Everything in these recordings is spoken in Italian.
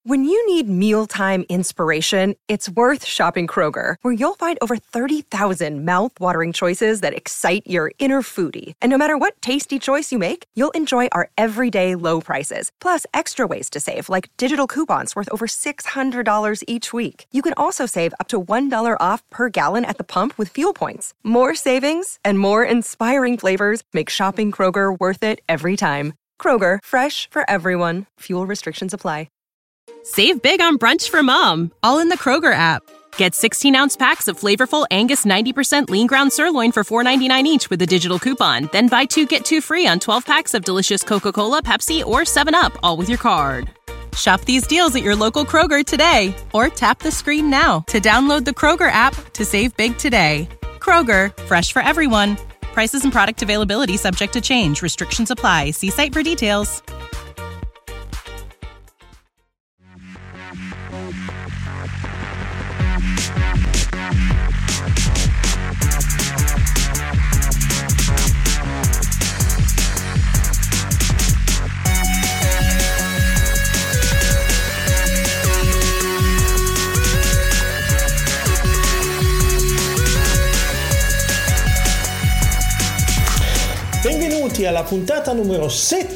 When you need mealtime inspiration, it's worth shopping Kroger, where you'll find over 30,000 mouth-watering choices that excite your inner foodie. And no matter what tasty choice you make, you'll enjoy our everyday low prices, plus extra ways to save, like digital coupons worth over $600 each week. You can also save up to $1 off per gallon at the pump with fuel points. More savings and more inspiring flavors make shopping Kroger worth it every time. Kroger, fresh for everyone. Fuel restrictions apply. Save big on brunch for mom, all in the Kroger app. Get 16-ounce packs of flavorful Angus 90% lean ground sirloin for $4.99 each with a digital coupon. Then buy 2, get 2 free on 12 packs of delicious Coca-Cola, Pepsi, or 7-Up, all with your card. Shop these deals at your local Kroger today, or tap the screen now to download the Kroger app to save big today. Kroger, fresh for everyone. Prices and product availability subject to change. Restrictions apply. See site for details. Benvenuti alla puntata numero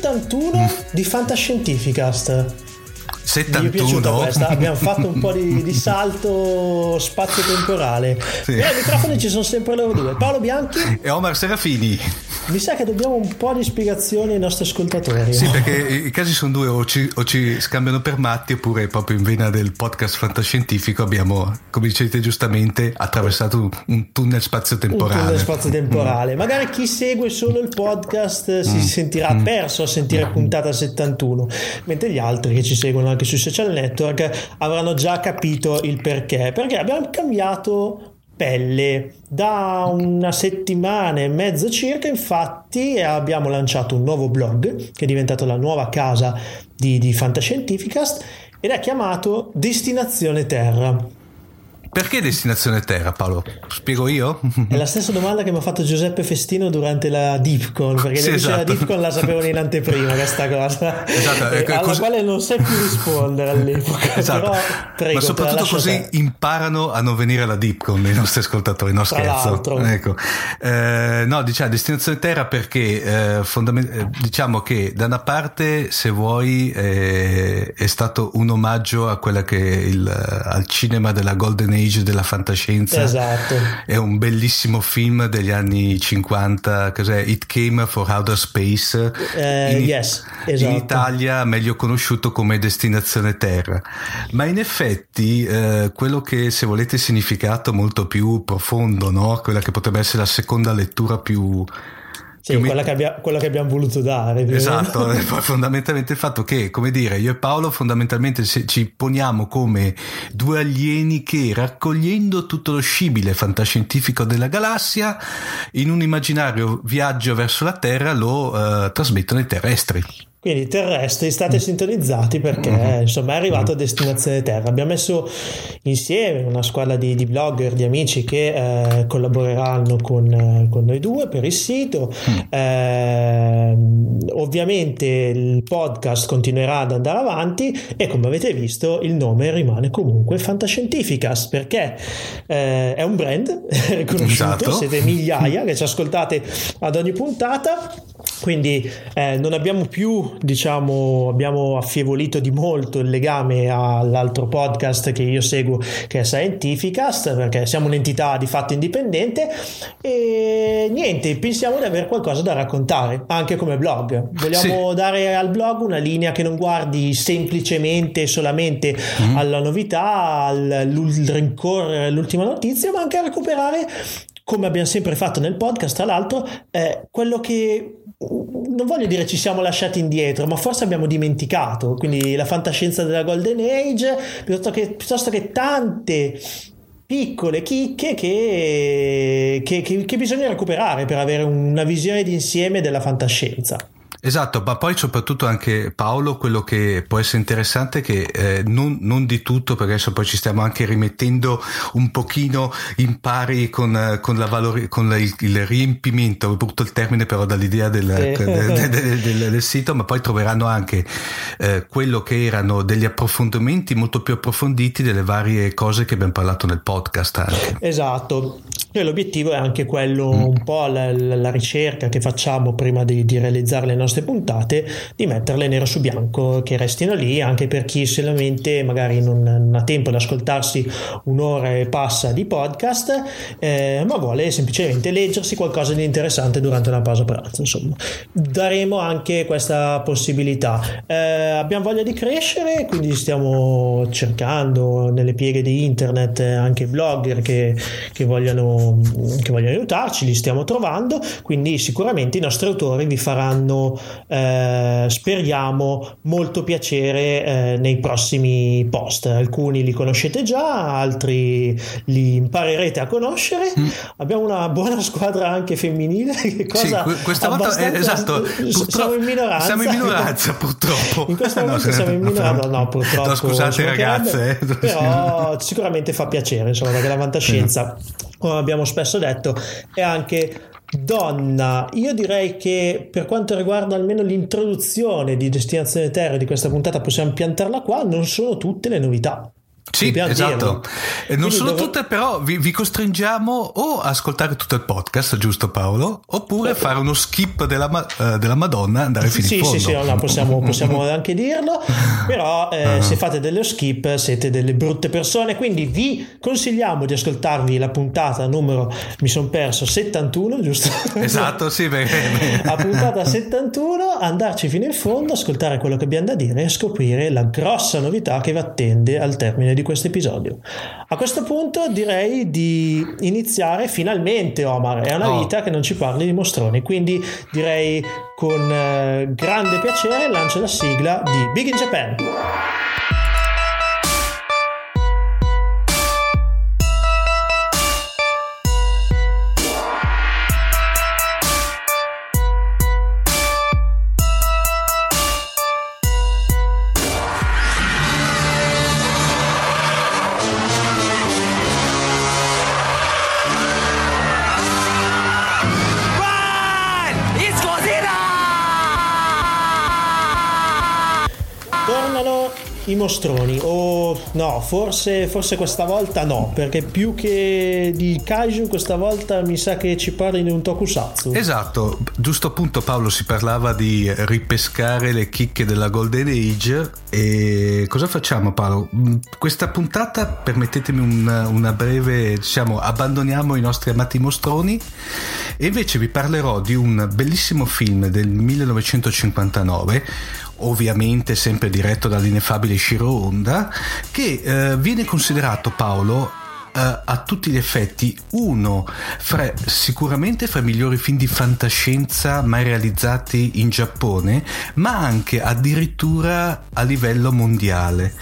71 di Fantascientificast. 71? Mi è piaciuta questa, abbiamo fatto un po' di salto spazio-temporale. Sì. Però ai microfoni ci sono sempre loro due, Paolo Bianchi e Omar Serafini. Mi sa che dobbiamo un po' di spiegazioni ai nostri ascoltatori. Sì, perché i casi sono due: o ci scambiano per matti, oppure proprio in vena del podcast fantascientifico abbiamo, come dicete giustamente, attraversato un tunnel spazio-temporale. Un tunnel spazio-temporale. Magari chi segue solo il podcast si sentirà perso a sentire puntata 71, mentre gli altri che ci seguono anche sui social network avranno già capito il perché abbiamo cambiato pelle da una settimana e mezza circa. Infatti abbiamo lanciato un nuovo blog che è diventato la nuova casa di Fantascientificast ed è chiamato Destinazione Terra. Perché Destinazione Terra, Paolo? Spiego io? È la stessa domanda che mi ha fatto Giuseppe Festino durante la DeepCon, perché sì, esatto. La esatto. DeepCon la sapevano in anteprima questa cosa, esatto, alla quale non sai più rispondere all'epoca. Esatto. Però prego, ma soprattutto così imparano a non venire alla DeepCon i nostri ascoltatori, no scherzo. Ecco. No, diciamo Destinazione Terra perché diciamo che da una parte, se vuoi, è stato un omaggio a quella che al cinema della Golden Age della fantascienza. Esatto. È un bellissimo film degli anni 50, cos'è? It Came for Outer Space, yes, esatto. In Italia meglio conosciuto come Destinazione Terra, ma in effetti quello che, se volete, significato molto più profondo, no? Quella che potrebbe essere la seconda lettura più quella che abbiamo voluto dare. Esatto. Fondamentalmente il fatto che, come dire, io e Paolo fondamentalmente ci poniamo come due alieni che, raccogliendo tutto lo scibile fantascientifico della galassia, in un immaginario viaggio verso la Terra lo trasmettono ai terrestri. Quindi terrestri, state sintonizzati perché insomma è arrivato a Destinazione Terra. Abbiamo messo insieme una squadra di blogger, di amici che collaboreranno con noi due per il sito. Ovviamente il podcast continuerà ad andare avanti e, come avete visto, il nome rimane comunque Fantascientificast, perché è un brand riconosciuto. Esatto. Siete migliaia che ci ascoltate ad ogni puntata. Quindi non abbiamo più, diciamo, abbiamo affievolito di molto il legame all'altro podcast che io seguo, che è Scientificast, perché siamo un'entità di fatto indipendente e niente, pensiamo di avere qualcosa da raccontare anche come blog. Vogliamo dare al blog una linea che non guardi semplicemente solamente alla novità, al rincorrere l'ultima notizia, ma anche a recuperare, come abbiamo sempre fatto nel podcast, tra l'altro, quello che non voglio dire ci siamo lasciati indietro, ma forse abbiamo dimenticato, quindi la fantascienza della Golden Age, piuttosto che tante piccole chicche che bisogna recuperare per avere una visione d'insieme della fantascienza. Esatto, ma poi soprattutto anche Paolo, quello che può essere interessante è che non di tutto, perché adesso poi ci stiamo anche rimettendo un pochino in pari con il riempimento, brutto il termine però dall'idea del sito, ma poi troveranno anche quello che erano degli approfondimenti molto più approfonditi delle varie cose che abbiamo parlato nel podcast anche. Esatto, e l'obiettivo è anche quello, un po' la ricerca che facciamo prima di realizzare le nostre puntate, di metterle nero su bianco, che restino lì anche per chi solamente magari non ha tempo di ascoltarsi un'ora e passa di podcast, ma vuole semplicemente leggersi qualcosa di interessante durante una pausa pranzo. Insomma, daremo anche questa possibilità. Abbiamo voglia di crescere, quindi stiamo cercando nelle pieghe di internet anche blogger che vogliono aiutarci, li stiamo trovando, quindi sicuramente i nostri autori vi faranno, speriamo, molto piacere nei prossimi post. Alcuni li conoscete già, altri li imparerete a conoscere. Abbiamo una buona squadra anche femminile, che cosa sì, questa volta esatto, siamo in minoranza purtroppo. In questo momento siamo in minoranza, no, purtroppo, no, scusate ragazze, però sicuramente fa piacere, insomma, perché la fantascienza, come abbiamo spesso detto, è anche donna. Io direi che per quanto riguarda almeno l'introduzione di Destinazione Terra di questa puntata possiamo piantarla qua, non sono tutte le novità. Sì, esatto. Non sono tutte, però vi costringiamo o a ascoltare tutto il podcast, giusto Paolo? Oppure fare uno skip della Madonna, andare fino in fondo. Sì, no, possiamo anche dirlo, però se fate dello skip siete delle brutte persone, quindi vi consigliamo di ascoltarvi la puntata numero, mi sono perso, 71, giusto? Esatto, sì, bene. La puntata 71, andarci fino in fondo, ascoltare quello che abbiamo da dire e scoprire la grossa novità che vi attende al termine di questo episodio. A questo punto direi di iniziare finalmente, Omar. È una vita che non ci parli di mostroni, quindi direi con grande piacere lancio la sigla di Big in Japan. I mostroni, no, forse questa volta no, perché più che di kaiju questa volta mi sa che ci parli di un tokusatsu. Esatto, giusto appunto Paolo, si parlava di ripescare le chicche della Golden Age. E cosa facciamo, Paolo? Questa puntata, permettetemi una breve, diciamo, abbandoniamo i nostri amati mostroni e invece vi parlerò di un bellissimo film del 1959, ovviamente sempre diretto dall'ineffabile Ishiro Honda, che viene considerato, Paolo, a tutti gli effetti sicuramente fra i migliori film di fantascienza mai realizzati in Giappone, ma anche addirittura a livello mondiale.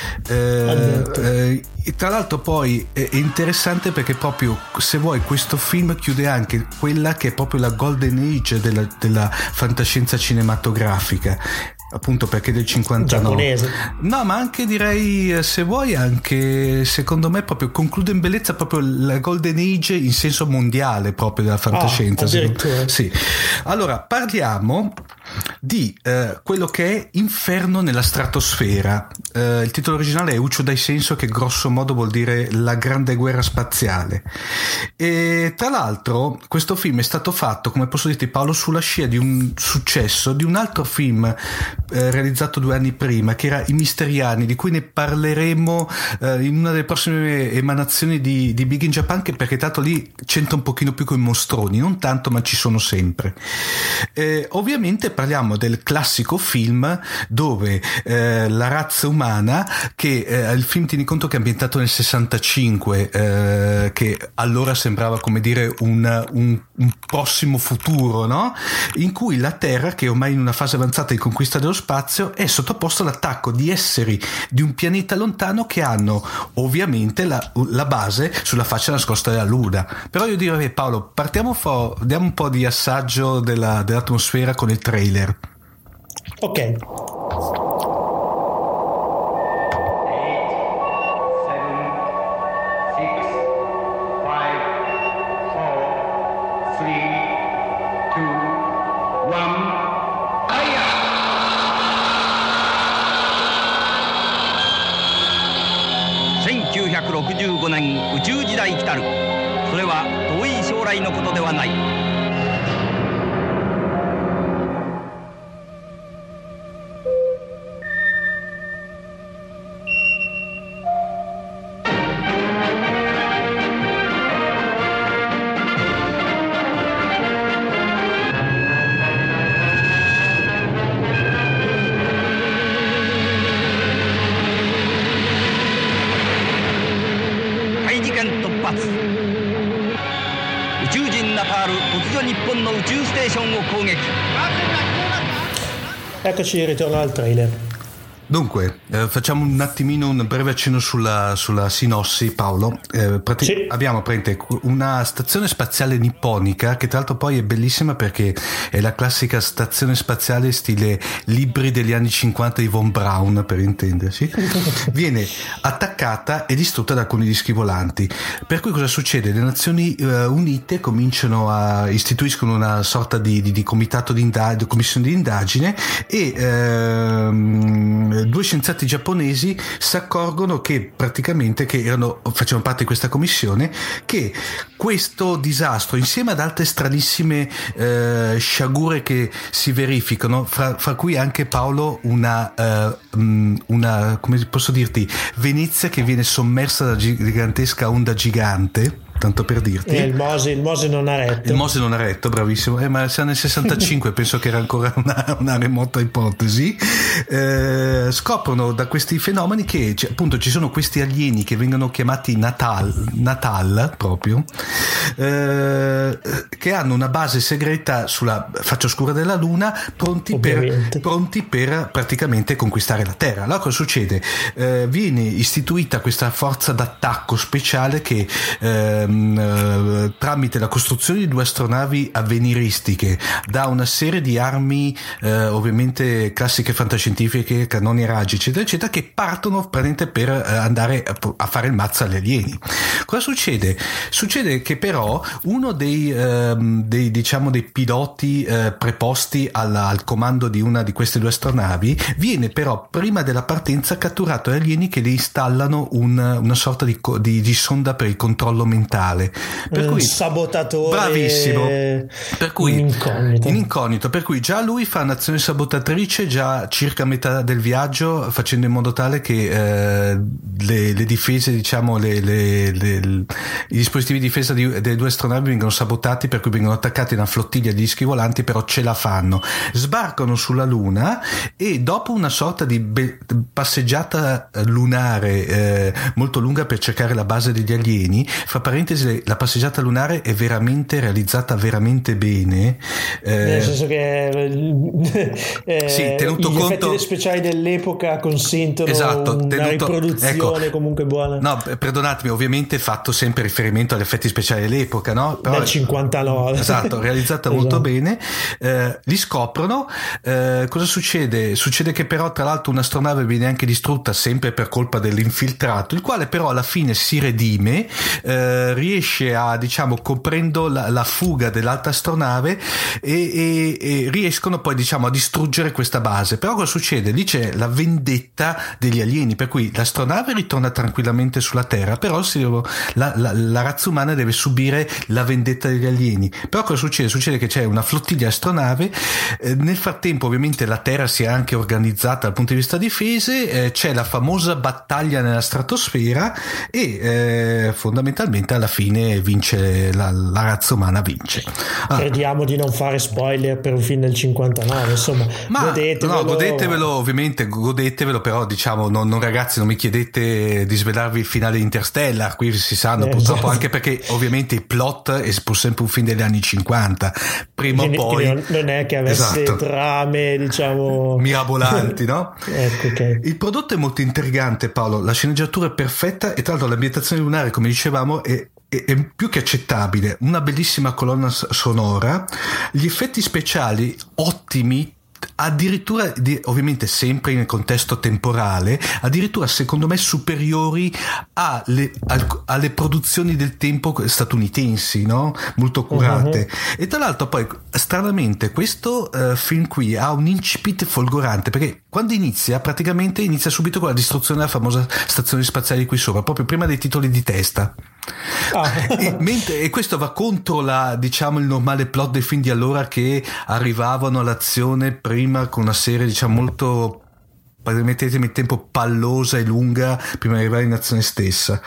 Tra l'altro poi è interessante perché proprio, se vuoi, questo film chiude anche quella che è proprio la Golden Age della fantascienza cinematografica, appunto perché del 59 giapponese. No, ma anche direi, se vuoi, anche secondo me proprio conclude in bellezza proprio la Golden Age in senso mondiale proprio della fantascienza. Sì. Allora parliamo di quello che è Inferno nella stratosfera. Il titolo originale è Ucho Dai Senso, che grosso modo vuol dire la grande guerra spaziale. E tra l'altro questo film è stato fatto, come posso dirti Paolo, sulla scia di un successo di un altro film realizzato 2 anni prima, che era I Misteriani, di cui ne parleremo in una delle prossime emanazioni di Big in Japan, che perché tanto lì c'entra un pochino più con i mostroni, non tanto, ma ci sono sempre. Ovviamente parliamo del classico film dove la razza umana, che il film, tieni conto che è ambientato nel 65, che allora sembrava, come dire, un prossimo futuro, no? In cui la Terra, che è ormai in una fase avanzata di conquista dello spazio, è sottoposta all'attacco di esseri di un pianeta lontano che hanno ovviamente la base sulla faccia nascosta della Luna. Però io direi, Paolo, diamo un po' di assaggio dell'atmosfera con il trailer. Ok. 1965年宇宙時代来たる。それは遠い将来のことではない。宇宙人ナタール突如日本の宇宙ステーションを攻撃。 Eccoci, ritorno al trailer. Dunque, facciamo un attimino un breve accenno sulla sinossi, Paolo. Sì. Abbiamo una stazione spaziale nipponica che tra l'altro poi è bellissima perché è la classica stazione spaziale stile libri degli anni 50 di Von Braun, per intenderci. Viene attaccata e distrutta da alcuni dischi volanti. Per cui cosa succede? Le Nazioni Unite istituiscono una sorta di comitato di commissione di indagine e due scienziati giapponesi si accorgono che praticamente facevano parte di questa commissione, che questo disastro insieme ad altre stranissime sciagure che si verificano, fra cui anche, Paolo, una come posso dirti, Venezia che viene sommersa da gigantesca onda gigante, tanto per dirti. Il Mose non ha retto. Il Mose non ha retto, bravissimo. Ma siamo nel 65, penso che era ancora una remota ipotesi. Scoprono da questi fenomeni che appunto ci sono questi alieni che vengono chiamati Natal proprio, che hanno una base segreta sulla faccia oscura della Luna, pronti per praticamente conquistare la Terra. Allora cosa succede? Viene istituita questa forza d'attacco speciale che tramite la costruzione di due astronavi avveniristiche dà una serie di armi ovviamente classiche fantascientifiche, cannoni a raggi eccetera eccetera, che partono praticamente per andare a fare il mazzo agli alieni. Cosa succede? Succede che però uno dei piloti preposti al comando di una di queste due astronavi viene però prima della partenza catturato dagli alieni che le installano una sorta di sonda per il controllo mentale. Per cui sabotatore, bravissimo, per cui in incognito, per cui già lui fa un'azione sabotatrice già circa a metà del viaggio, facendo in modo tale che le difese, diciamo i dispositivi di difesa delle due astronavi vengono sabotati, per cui vengono attaccati da una flottiglia di dischi volanti, però ce la fanno, sbarcano sulla Luna e dopo una sorta di passeggiata lunare molto lunga per cercare la base degli alieni, fra parentesi la passeggiata lunare è veramente realizzata veramente bene, nel senso che sì, tenuto gli conto, effetti speciali dell'epoca consentono una riproduzione comunque buona. No, perdonatemi, ovviamente fatto sempre riferimento agli effetti speciali dell'epoca, no? Però, del 59, esatto, realizzata molto bene. Li scoprono. Cosa succede? Succede che però tra l'altro un'astronave viene anche distrutta sempre per colpa dell'infiltrato, il quale però alla fine si redime, riesce a, diciamo, coprendo la fuga dell'altra astronave e riescono poi, diciamo, a distruggere questa base. Però cosa succede? Lì c'è la vendetta degli alieni, per cui l'astronave ritorna tranquillamente sulla Terra, però la razza umana deve subire la vendetta degli alieni. Però cosa succede? Succede che c'è una flottiglia astronave, nel frattempo ovviamente la Terra si è anche organizzata dal punto di vista difese, c'è la famosa battaglia nella stratosfera e fondamentalmente alla fine vince la razza umana, vince. Crediamo di non fare spoiler per un film del 59, insomma, ma godetevelo, ovviamente godetevelo, però diciamo non ragazzi, non mi chiedete di svelarvi il finale di Interstellar, qui si sanno purtroppo, esatto. Anche perché ovviamente il plot è pur sempre un film degli anni 50, prima o poi non è che avesse trame, diciamo, mirabolanti, no? Ecco, okay. Il prodotto è molto intrigante, Paolo, la sceneggiatura è perfetta e tra l'altro l'ambientazione lunare, come dicevamo, è più che accettabile, una bellissima colonna sonora, gli effetti speciali ottimi, addirittura ovviamente sempre nel contesto temporale, addirittura secondo me superiori alle produzioni del tempo statunitensi, no? Molto curate. E tra l'altro poi stranamente questo film qui ha un incipit folgorante, perché quando inizia subito con la distruzione della famosa stazione spaziale qui sopra, proprio prima dei titoli di testa. E questo va contro il normale plot dei film di allora, che arrivavano all'azione prima con una serie molto, permettetemi il tempo, pallosa e lunga prima di arrivare in azione stessa.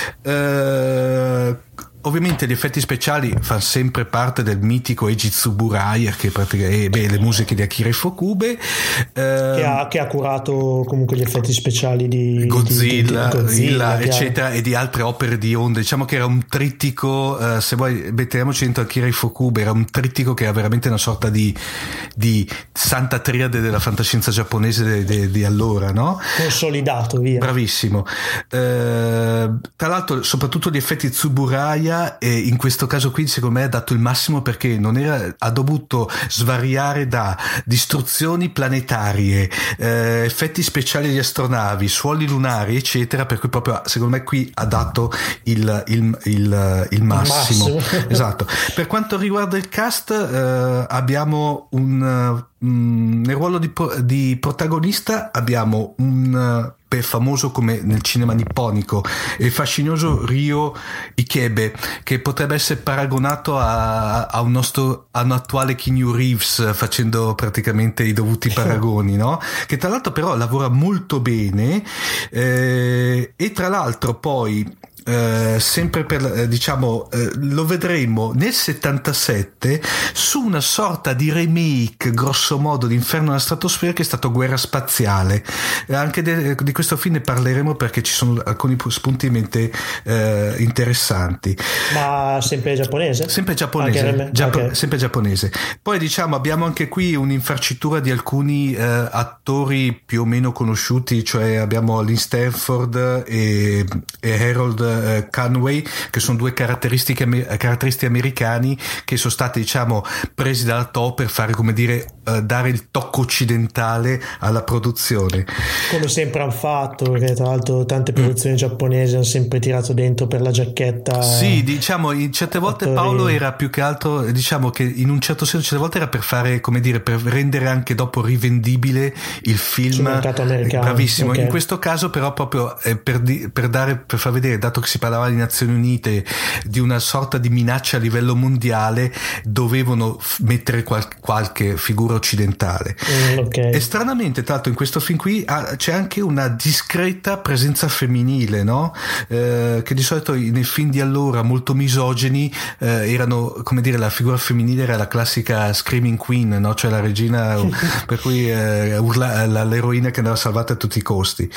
Ovviamente gli effetti speciali fanno sempre parte del mitico Eiji Tsuburaya, che praticamente le musiche di Akira Ifukube, che ha curato comunque gli effetti speciali di Godzilla eccetera, e di altre opere di Honda. Diciamo che era un trittico, se vuoi mettiamoci dentro Akira Ifukube, era un trittico che era veramente una sorta di santa triade della fantascienza giapponese di allora, no? Consolidato, via. Bravissimo. Tra l'altro soprattutto gli effetti Tsuburaya, e in questo caso qui secondo me ha dato il massimo, perché ha dovuto svariare da distruzioni planetarie, effetti speciali di astronavi, suoli lunari eccetera, per cui proprio secondo me qui ha dato il massimo. Esatto. Per quanto riguarda il cast, abbiamo nel ruolo di protagonista abbiamo un famoso come nel cinema nipponico e fascinoso Ryo Ikebe, che potrebbe essere paragonato a un attuale Keanu Reeves, facendo praticamente i dovuti paragoni, no? Che tra l'altro però lavora molto bene, e tra l'altro poi sempre lo vedremo nel 77 su una sorta di remake grosso modo di Inferno nella stratosfera, che è stato Guerra spaziale. Anche di questo film ne parleremo, perché ci sono alcuni spunti in mente interessanti. Ma sempre giapponese? Sempre giapponese. Poi abbiamo anche qui un'infarcitura di alcuni attori più o meno conosciuti, cioè abbiamo Lynn Stanford e Harold Conway, che sono due caratteristi americani che sono stati presi dalla TOE per fare, come dire, dare il tocco occidentale alla produzione, come sempre hanno fatto, perché tra l'altro tante produzioni giapponesi hanno sempre tirato dentro per la giacchetta. Sì, in certe volte attori. Paolo era più che altro, che in un certo senso certe volte era per fare, come dire, per rendere anche dopo rivendibile il film sul mercato americano. Bravissimo. Okay. In questo caso però proprio per far vedere, dato che si parlava di Nazioni Unite, di una sorta di minaccia a livello mondiale, dovevano mettere qualche figura occidentale. Okay. E stranamente, tra l'altro, in questo film qui c'è anche una discreta presenza femminile, no? Che di solito nei film di allora molto misogini erano, come dire, la figura femminile era la classica screaming queen, no? Cioè la regina per cui l'eroina che andava salvata a tutti i costi.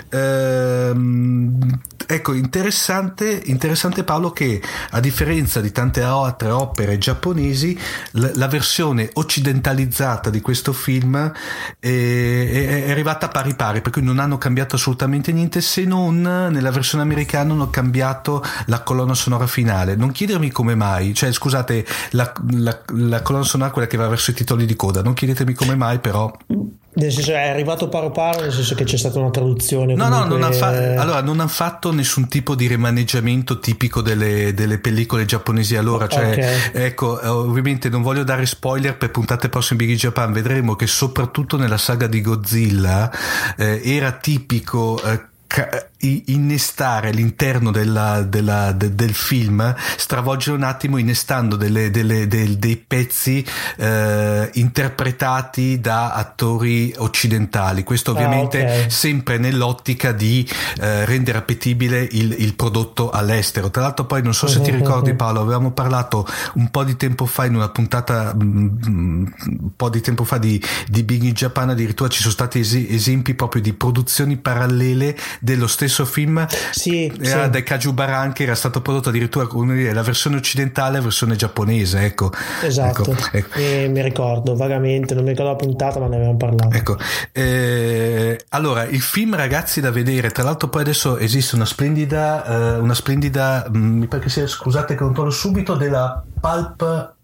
Ecco, interessante Paolo, che a differenza di tante altre opere giapponesi, la versione occidentalizzata di questo film è arrivata pari, per cui non hanno cambiato assolutamente niente, se non nella versione americana hanno cambiato la colonna sonora finale. Non chiedermi come mai, cioè scusate, la colonna sonora, quella che va verso i titoli di coda, non chiedetemi come mai, però nel senso è arrivato paro, nel senso che c'è stata una traduzione comunque... non hanno fatto nessun tipo di rimaneggiamento tipico delle pellicole giapponesi allora, cioè okay. Ecco, ovviamente non voglio dare spoiler per puntate prossime Big in Japan, vedremo che soprattutto nella saga di Godzilla era tipico innestare all'interno del film, stravolgere un attimo innestando dei pezzi interpretati da attori occidentali. Questo ovviamente sempre nell'ottica di rendere appetibile il prodotto all'estero. Tra l'altro poi non so se ti ricordi Paolo, avevamo parlato un po' di tempo fa in una puntata un po' di tempo fa di Big in Japan, addirittura ci sono stati esempi proprio di produzioni parallele dello stesso film dai Kajubaran, che era stato prodotto addirittura la versione occidentale e la versione giapponese, ecco. Esatto, ecco. Mi ricordo vagamente, non mi ricordo la puntata, ma ne avevamo parlato. Ecco, allora il film, ragazzi, da vedere. Tra l'altro poi adesso esiste una splendida mi pare che sia, scusate che controllo subito, della Pulp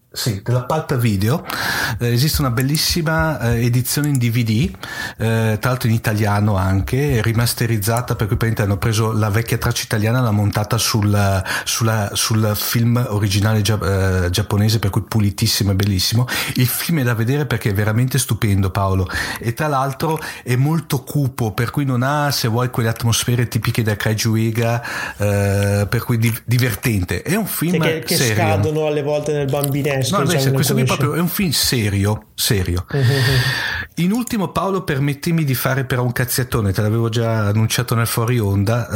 Sì, della Pulp Video. Esiste una bellissima edizione in DVD, tra l'altro in italiano anche, rimasterizzata, per cui hanno preso la vecchia traccia italiana e l'hanno montata sul film originale giapponese, per cui pulitissimo e bellissimo. Il film è da vedere perché è veramente stupendo, Paolo, e tra l'altro è molto cupo, per cui non ha, se vuoi, quelle atmosfere tipiche da Kaiju Eiga, per cui divertente. È un film che serio, scadono alle volte nel bambinesco. No, invece questo qui proprio è un film serio. In ultimo, Paolo, permettimi di fare però un cazziatone, te l'avevo già annunciato nel fuori onda,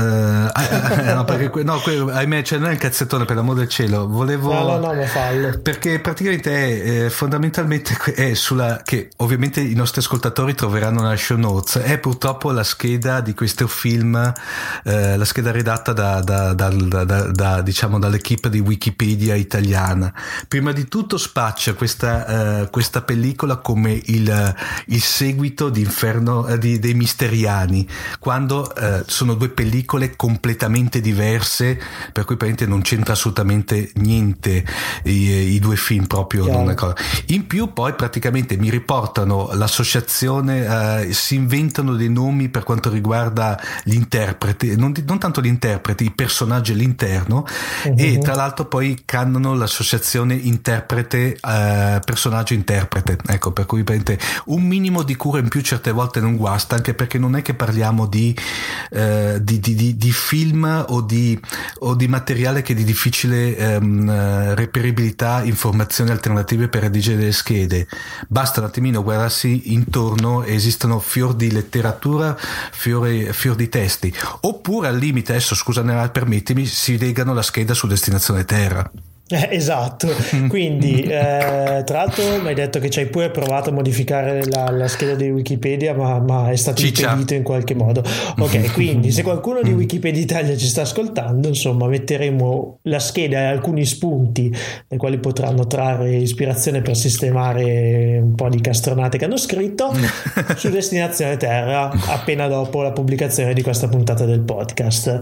ahimè, cioè non è il cazziatone, per l'amor del cielo, volevo ma fallo, perché praticamente è fondamentalmente è sulla, che ovviamente i nostri ascoltatori troveranno nella show notes, è purtroppo la scheda di questo film, la scheda redatta diciamo dall'equipe di Wikipedia italiana. Prima di tutto spaccia questa pellicola come il seguito di Inferno dei Misteriani, quando sono due pellicole completamente diverse, per cui praticamente non c'entra assolutamente niente i due film, proprio non in più. Poi praticamente mi riportano l'associazione, si inventano dei nomi per quanto riguarda gli interpreti, non tanto gli interpreti, i personaggi all'interno, e tra l'altro poi cannano l'associazione interprete personaggio interprete, ecco, per cui un minimo di cura in più certe volte non guasta, anche perché non è che parliamo di film o di materiale che è di difficile reperibilità, informazioni alternative per redigere le schede. Basta un attimino guardarsi intorno, esistono fior di letteratura, fior di testi, oppure al limite, adesso scusa, permettimi, si legano la scheda su Destinazione Terra. Esatto, quindi tra l'altro mi hai detto che ci hai pure provato a modificare la scheda di Wikipedia, ma è stato impedito in qualche modo. Ok, quindi se qualcuno di Wikipedia Italia ci sta ascoltando, insomma, metteremo la scheda e alcuni spunti dai quali potranno trarre ispirazione per sistemare un po' di castronate che hanno scritto su Destinazione Terra appena dopo la pubblicazione di questa puntata del podcast.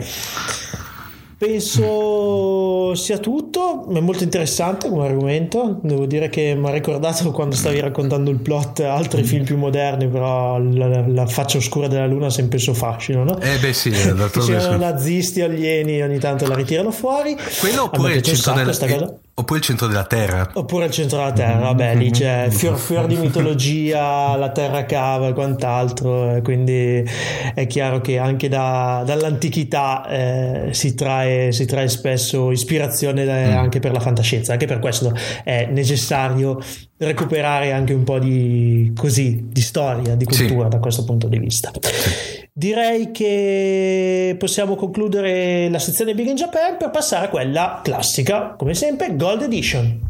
Penso sia tutto, è molto interessante come argomento, devo dire che mi ha ricordato quando stavi raccontando il plot altri film più moderni, però la faccia oscura della luna ha sempre il suo fascino, no? Beh sì, ci sono nazisti alieni, ogni tanto la ritirano fuori. Quello oppure il centro oppure il centro della Terra. Oppure il centro della Terra, vabbè, lì c'è fior di mitologia, la terra cava e quant'altro, quindi è chiaro che anche dall'antichità si trae spesso ispirazione anche per la fantascienza. Anche per questo è necessario recuperare anche un po' di storia, di cultura, da questo punto di vista. Direi che possiamo concludere la sezione Big in Japan per passare a quella classica, come sempre, Gold Edition.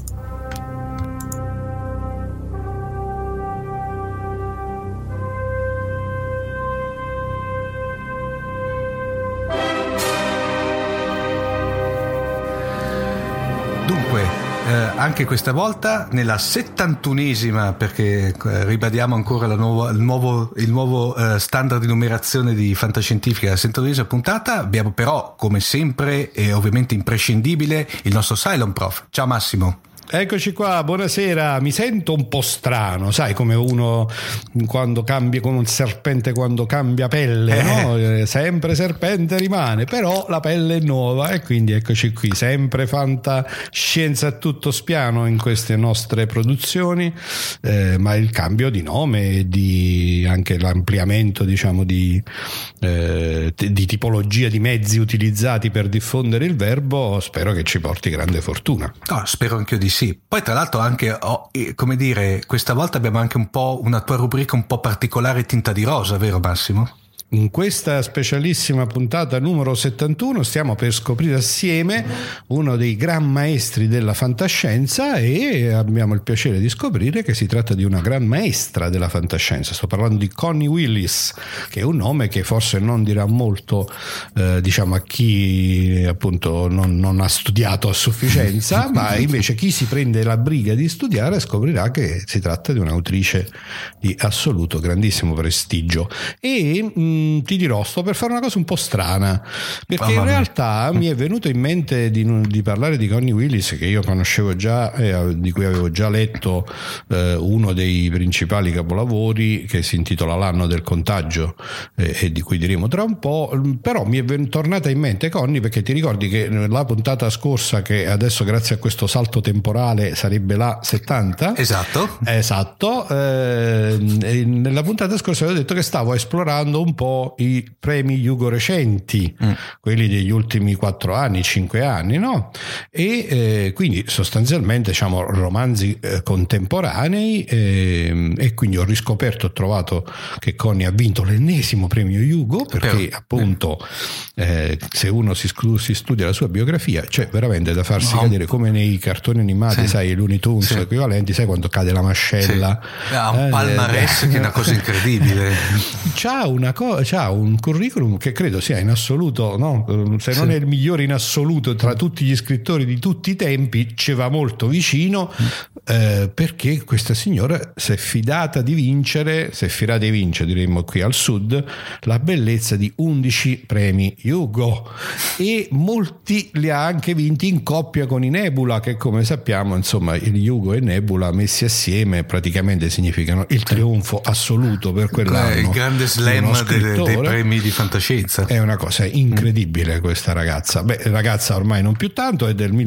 Dunque, anche questa volta nella 71esima, perché ribadiamo ancora il nuovo standard di numerazione di Fantascientifica, la 71esima puntata, abbiamo però come sempre e ovviamente imprescindibile il nostro Cylon Prof. Ciao Massimo. Eccoci qua, buonasera. Mi sento un po' strano, sai, come uno quando cambia, come un serpente quando cambia pelle, no? Sempre serpente rimane, però la pelle è nuova, e quindi eccoci qui, sempre fantascienza a tutto spiano in queste nostre produzioni, ma il cambio di nome e anche l'ampliamento, diciamo, di tipologia di mezzi utilizzati per diffondere il verbo, spero che ci porti grande fortuna. No, spero anche io di sì. Poi tra l'altro anche, come dire, questa volta abbiamo anche un po' una tua rubrica un po' particolare, tinta di rosa, vero Massimo? In questa specialissima puntata numero 71 stiamo per scoprire assieme uno dei gran maestri della fantascienza, e abbiamo il piacere di scoprire che si tratta di una gran maestra della fantascienza. Sto parlando di Connie Willis, che è un nome che forse non dirà molto diciamo a chi appunto non ha studiato a sufficienza, ma invece chi si prende la briga di studiare scoprirà che si tratta di un'autrice di assoluto grandissimo prestigio. E ti dirò, sto per fare una cosa un po' strana, perché in realtà mi è venuto in mente di parlare di Connie Willis, che io conoscevo già, di cui avevo già letto uno dei principali capolavori, che si intitola L'anno del contagio, e di cui diremo tra un po'. Però mi è tornata in mente Connie, perché ti ricordi che la puntata scorsa, che adesso grazie a questo salto temporale sarebbe la 70, esatto, nella puntata scorsa avevo detto che stavo esplorando un po' i premi Hugo recenti, quelli degli ultimi 4 anni, 5 anni, no? E quindi sostanzialmente, diciamo, romanzi contemporanei, e quindi ho riscoperto, ho trovato che Connie ha vinto l'ennesimo premio Hugo, perché appunto se uno si studia la sua biografia c'è veramente da farsi cadere, come nei cartoni animati, sai, i Looney Tunes equivalenti, sai quando cade la mascella, ha un palmarès che è una cosa incredibile. C'ha un curriculum che credo sia in assoluto, no? Se non è il migliore in assoluto tra tutti gli scrittori di tutti i tempi, ci va molto vicino, perché questa signora si è fidata di vincere, diremmo qui al sud, la bellezza di 11 premi Hugo, e molti li ha anche vinti in coppia con i Nebula, che come sappiamo, insomma, il Hugo e Nebula messi assieme praticamente significano il trionfo assoluto per quell'anno. Il grande slam dei premi di fantascienza. È una cosa incredibile questa ragazza. Ragazza ormai non più tanto, è del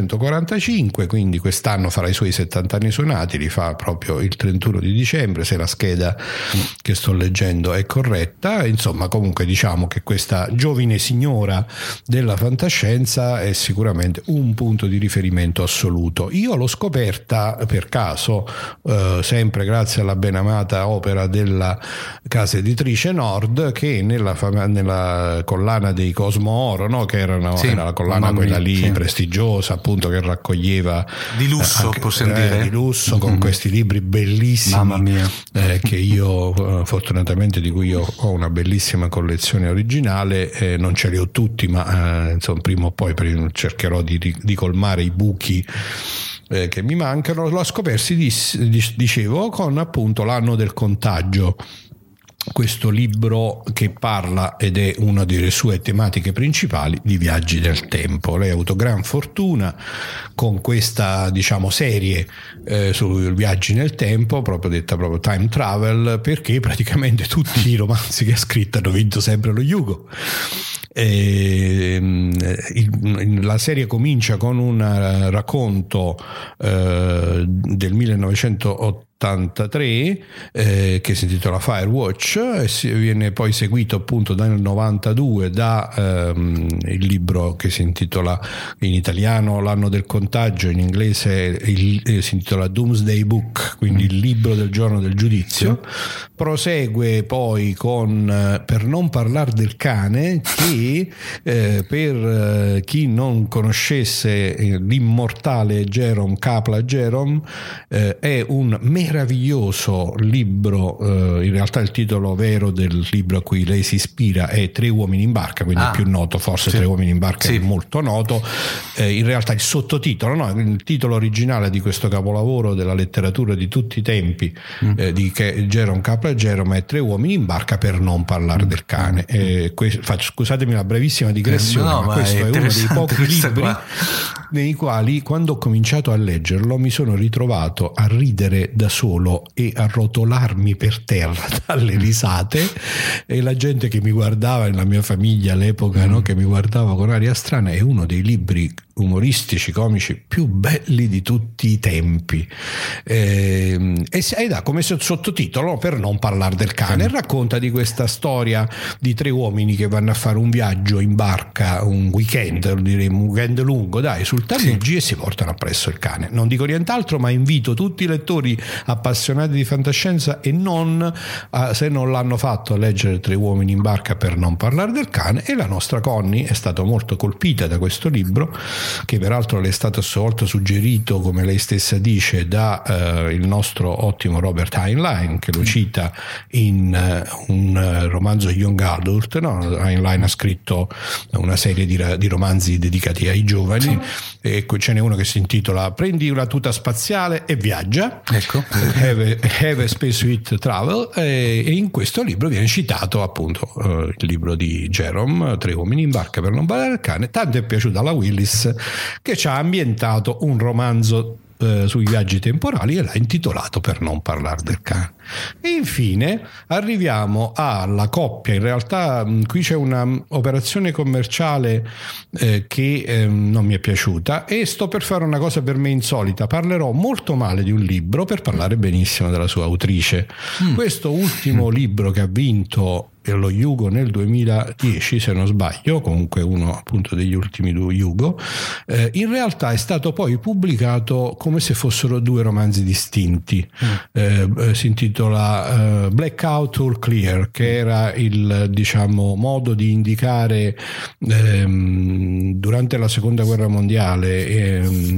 1945, quindi quest'anno farà i suoi 70 anni suonati, li fa proprio il 31 di dicembre, se la scheda che sto leggendo è corretta. Insomma, comunque diciamo che questa giovine signora della fantascienza è sicuramente un punto di riferimento assoluto. Io l'ho scoperta per caso, sempre grazie alla ben amata opera della casa editrice Nord, che nella collana dei Cosmo Oro, no? Che era la collana quella lì prestigiosa, appunto, che raccoglieva di lusso, possiamo dire, di lusso, con questi libri bellissimi, mamma mia, che io fortunatamente, di cui io ho una bellissima collezione originale, non ce li ho tutti, ma insomma prima o poi cercherò di colmare i buchi che mi mancano. L'ho scoperto, dicevo, con appunto L'anno del contagio, questo libro che parla, ed è una delle sue tematiche principali, di viaggi nel tempo. Lei ha avuto gran fortuna con questa, diciamo, serie sui viaggi nel tempo, proprio detta proprio time travel, perché praticamente tutti i romanzi che ha scritto hanno vinto sempre lo Hugo. La serie comincia con un racconto del 1983 che si intitola Firewatch, e viene poi seguito appunto nel 92 da il libro che si intitola in italiano L'anno del contagio, in inglese si intitola Doomsday Book, quindi il libro del giorno del giudizio. Prosegue poi con Per non parlare del cane, che per chi non conoscesse l'immortale Jerome Kaplan Jerome, è un meraviglioso libro. In realtà il titolo vero del libro a cui lei si ispira è Tre uomini in barca, quindi è più noto, forse Tre uomini in barca è molto noto. In realtà il sottotitolo, no, il titolo originale di questo capolavoro della letteratura di tutti i tempi di Jerome Kaplan Jerome è Tre uomini in barca per non parlare del cane. Scusatemi una brevissima digressione, ma questo è uno dei pochi libri nei quali, quando ho cominciato a leggerlo, mi sono ritrovato a ridere da solo e a rotolarmi per terra dalle risate, e la gente che mi guardava, la mia famiglia all'epoca, no, che mi guardava con aria strana. È uno dei libri umoristici, comici più belli di tutti i tempi, e dà come sottotitolo Per non parlare del cane. Racconta di questa storia di tre uomini che vanno a fare un viaggio in barca, un weekend, diremo un weekend lungo, dai, sul Tamigi, e si portano appresso il cane. Non dico nient'altro, ma invito tutti i lettori appassionati di fantascienza e non, se non l'hanno fatto, a leggere Tre uomini in barca per non parlare del cane. E la nostra Connie è stata molto colpita da questo libro, che peraltro le è stato a sua volta suggerito, come lei stessa dice, da il nostro ottimo Robert Heinlein, che lo cita in un romanzo young adult, no? Heinlein ha scritto una serie di romanzi dedicati ai giovani, e ce n'è uno che si intitola Prendi una tuta spaziale e viaggia, ecco, have a Space Suit Travel, e in questo libro viene citato appunto il libro di Jerome, 3 uomini in barca per non badare al cane. Tanto è piaciuto alla Willis che ci ha ambientato un romanzo sui viaggi temporali e l'ha intitolato Per non parlare del cane. E infine arriviamo alla coppia. In realtà qui c'è una operazione commerciale che non mi è piaciuta, e sto per fare una cosa per me insolita: parlerò molto male di un libro per parlare benissimo della sua autrice. Questo ultimo libro che ha vinto lo Hugo nel 2010, se non sbaglio, comunque uno appunto degli ultimi 2 Hugo, in realtà è stato poi pubblicato come se fossero 2 romanzi distinti. Si intitola Blackout or Clear, che era il, diciamo, modo di indicare durante la seconda guerra mondiale,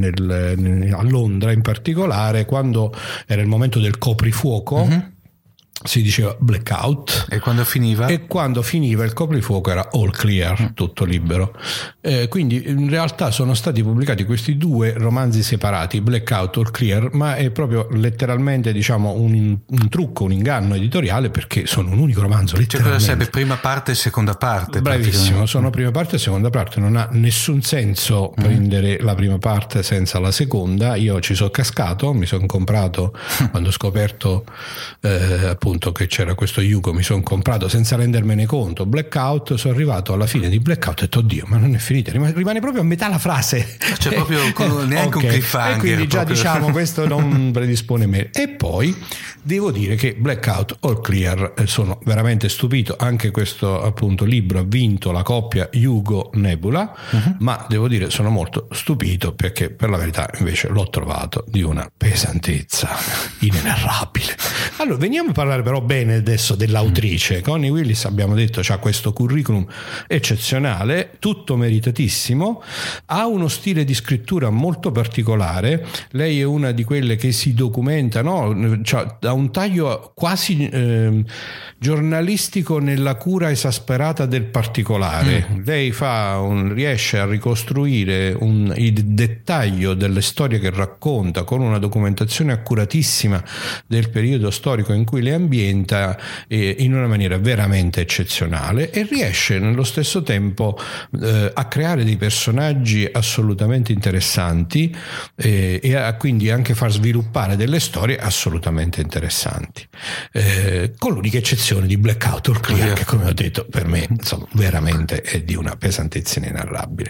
a Londra in particolare, quando era il momento del coprifuoco. Si diceva blackout, e quando finiva? E quando finiva il coprifuoco era all clear, tutto libero. Quindi in realtà sono stati pubblicati questi 2 romanzi separati, blackout, all clear, ma è proprio letteralmente, diciamo, un trucco, un inganno editoriale, perché sono un unico romanzo, letteralmente. Cioè, sarebbe prima parte e seconda parte. Bravissimo, sono prima parte e seconda parte. Non ha nessun senso prendere la prima parte senza la seconda. Io ci sono cascato, mi sono comprato quando ho scoperto appunto che c'era questo Hugo, mi sono comprato senza rendermene conto Blackout. Sono arrivato alla fine di Blackout e ho detto oddio, ma non è finita, rimane proprio a metà la frase, cioè proprio neanche okay. Un cliffhanger, e quindi già proprio. Diciamo questo non predispone me. E poi devo dire che Blackout All Clear sono veramente stupito. Anche questo appunto libro ha vinto la coppia Hugo Nebula, ma devo dire sono molto stupito perché per la verità invece l'ho trovato di una pesantezza inenarrabile. Allora veniamo a parlare però bene adesso dell'autrice. Connie Willis, abbiamo detto, c'ha questo curriculum eccezionale, tutto meritatissimo, ha uno stile di scrittura molto particolare. Lei è una di quelle che si documenta, no? Cioè, ha un taglio quasi giornalistico nella cura esasperata del particolare. Lei riesce a ricostruire il dettaglio delle storie che racconta con una documentazione accuratissima del periodo storico in cui le ambienta in una maniera veramente eccezionale, e riesce nello stesso tempo a creare dei personaggi assolutamente interessanti e a quindi anche far sviluppare delle storie assolutamente interessanti, con l'unica eccezione di Blackout or Clear, che come ho detto per me insomma veramente è di una pesantezza inenarrabile.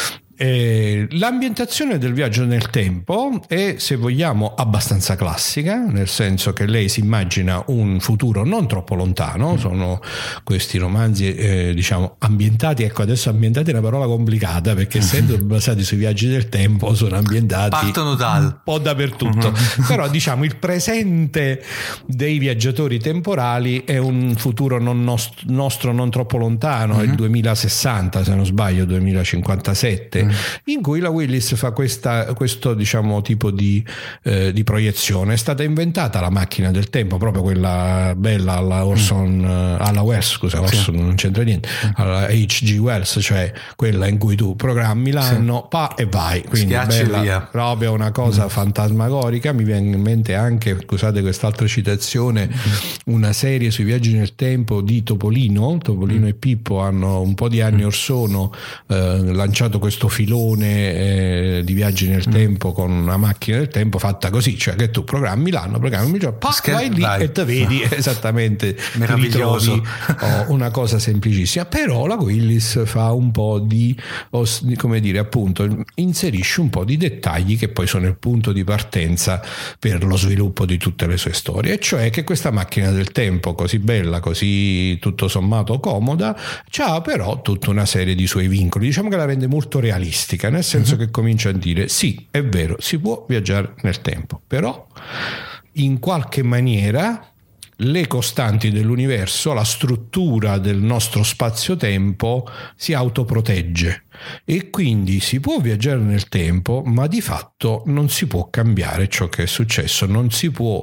L'ambientazione del viaggio nel tempo è, se vogliamo, abbastanza classica, nel senso che lei si immagina un futuro non troppo lontano. Sono questi romanzi diciamo ambientati, ecco, adesso ambientati è una parola complicata perché essendo basati sui viaggi del tempo sono ambientati partono un po' dappertutto, però diciamo il presente dei viaggiatori temporali è un futuro nostro non troppo lontano, il 2060 se non sbaglio, 2057, in cui la Willis fa questo diciamo tipo di proiezione. È stata inventata la macchina del tempo, proprio quella bella alla Welles, scusa, Orson non c'entra niente, alla H.G. Wells, cioè quella in cui tu programmi l'anno, e vai, quindi bella, via. Proprio una cosa fantasmagorica. Mi viene in mente anche, scusate quest'altra citazione, una serie sui viaggi nel tempo di Topolino e Pippo hanno un po' di anni or sono lanciato questo filone di viaggi nel tempo con una macchina del tempo fatta così, cioè che tu programmi l'anno, programmi il giorno, vai lì e te vedi esattamente, meraviglioso, ritrovi una cosa semplicissima. Però la Willis fa un po' di come dire, appunto inserisce un po' di dettagli che poi sono il punto di partenza per lo sviluppo di tutte le sue storie, e cioè che questa macchina del tempo così bella, così tutto sommato comoda, c'ha però tutta una serie di suoi vincoli, diciamo che la rende molto realistica, nel senso che comincia a dire sì, è vero, si può viaggiare nel tempo, però in qualche maniera le costanti dell'universo, la struttura del nostro spazio-tempo si autoprotegge, e quindi si può viaggiare nel tempo, ma di fatto non si può cambiare ciò che è successo, non si può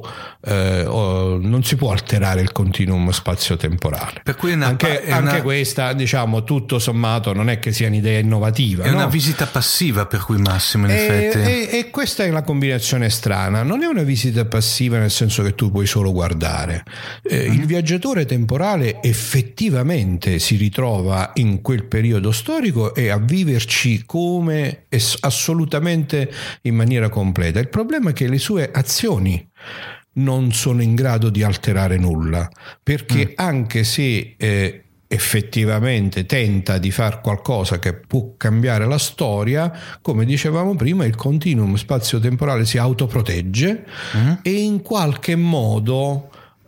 alterare il continuum spazio-temporale. Per cui anche questa, diciamo, tutto sommato non è che sia un'idea innovativa, è una visita passiva, per cui Massimo, in effetti, e questa è la combinazione strana. Non è una visita passiva nel senso che tu puoi solo guardare. Il viaggiatore temporale effettivamente si ritrova in quel periodo storico e a viverci come assolutamente in maniera completa. Il problema è che le sue azioni non sono in grado di alterare nulla, perché anche se effettivamente tenta di fare qualcosa che può cambiare la storia, come dicevamo prima, il continuum spazio-temporale si autoprotegge e in qualche modo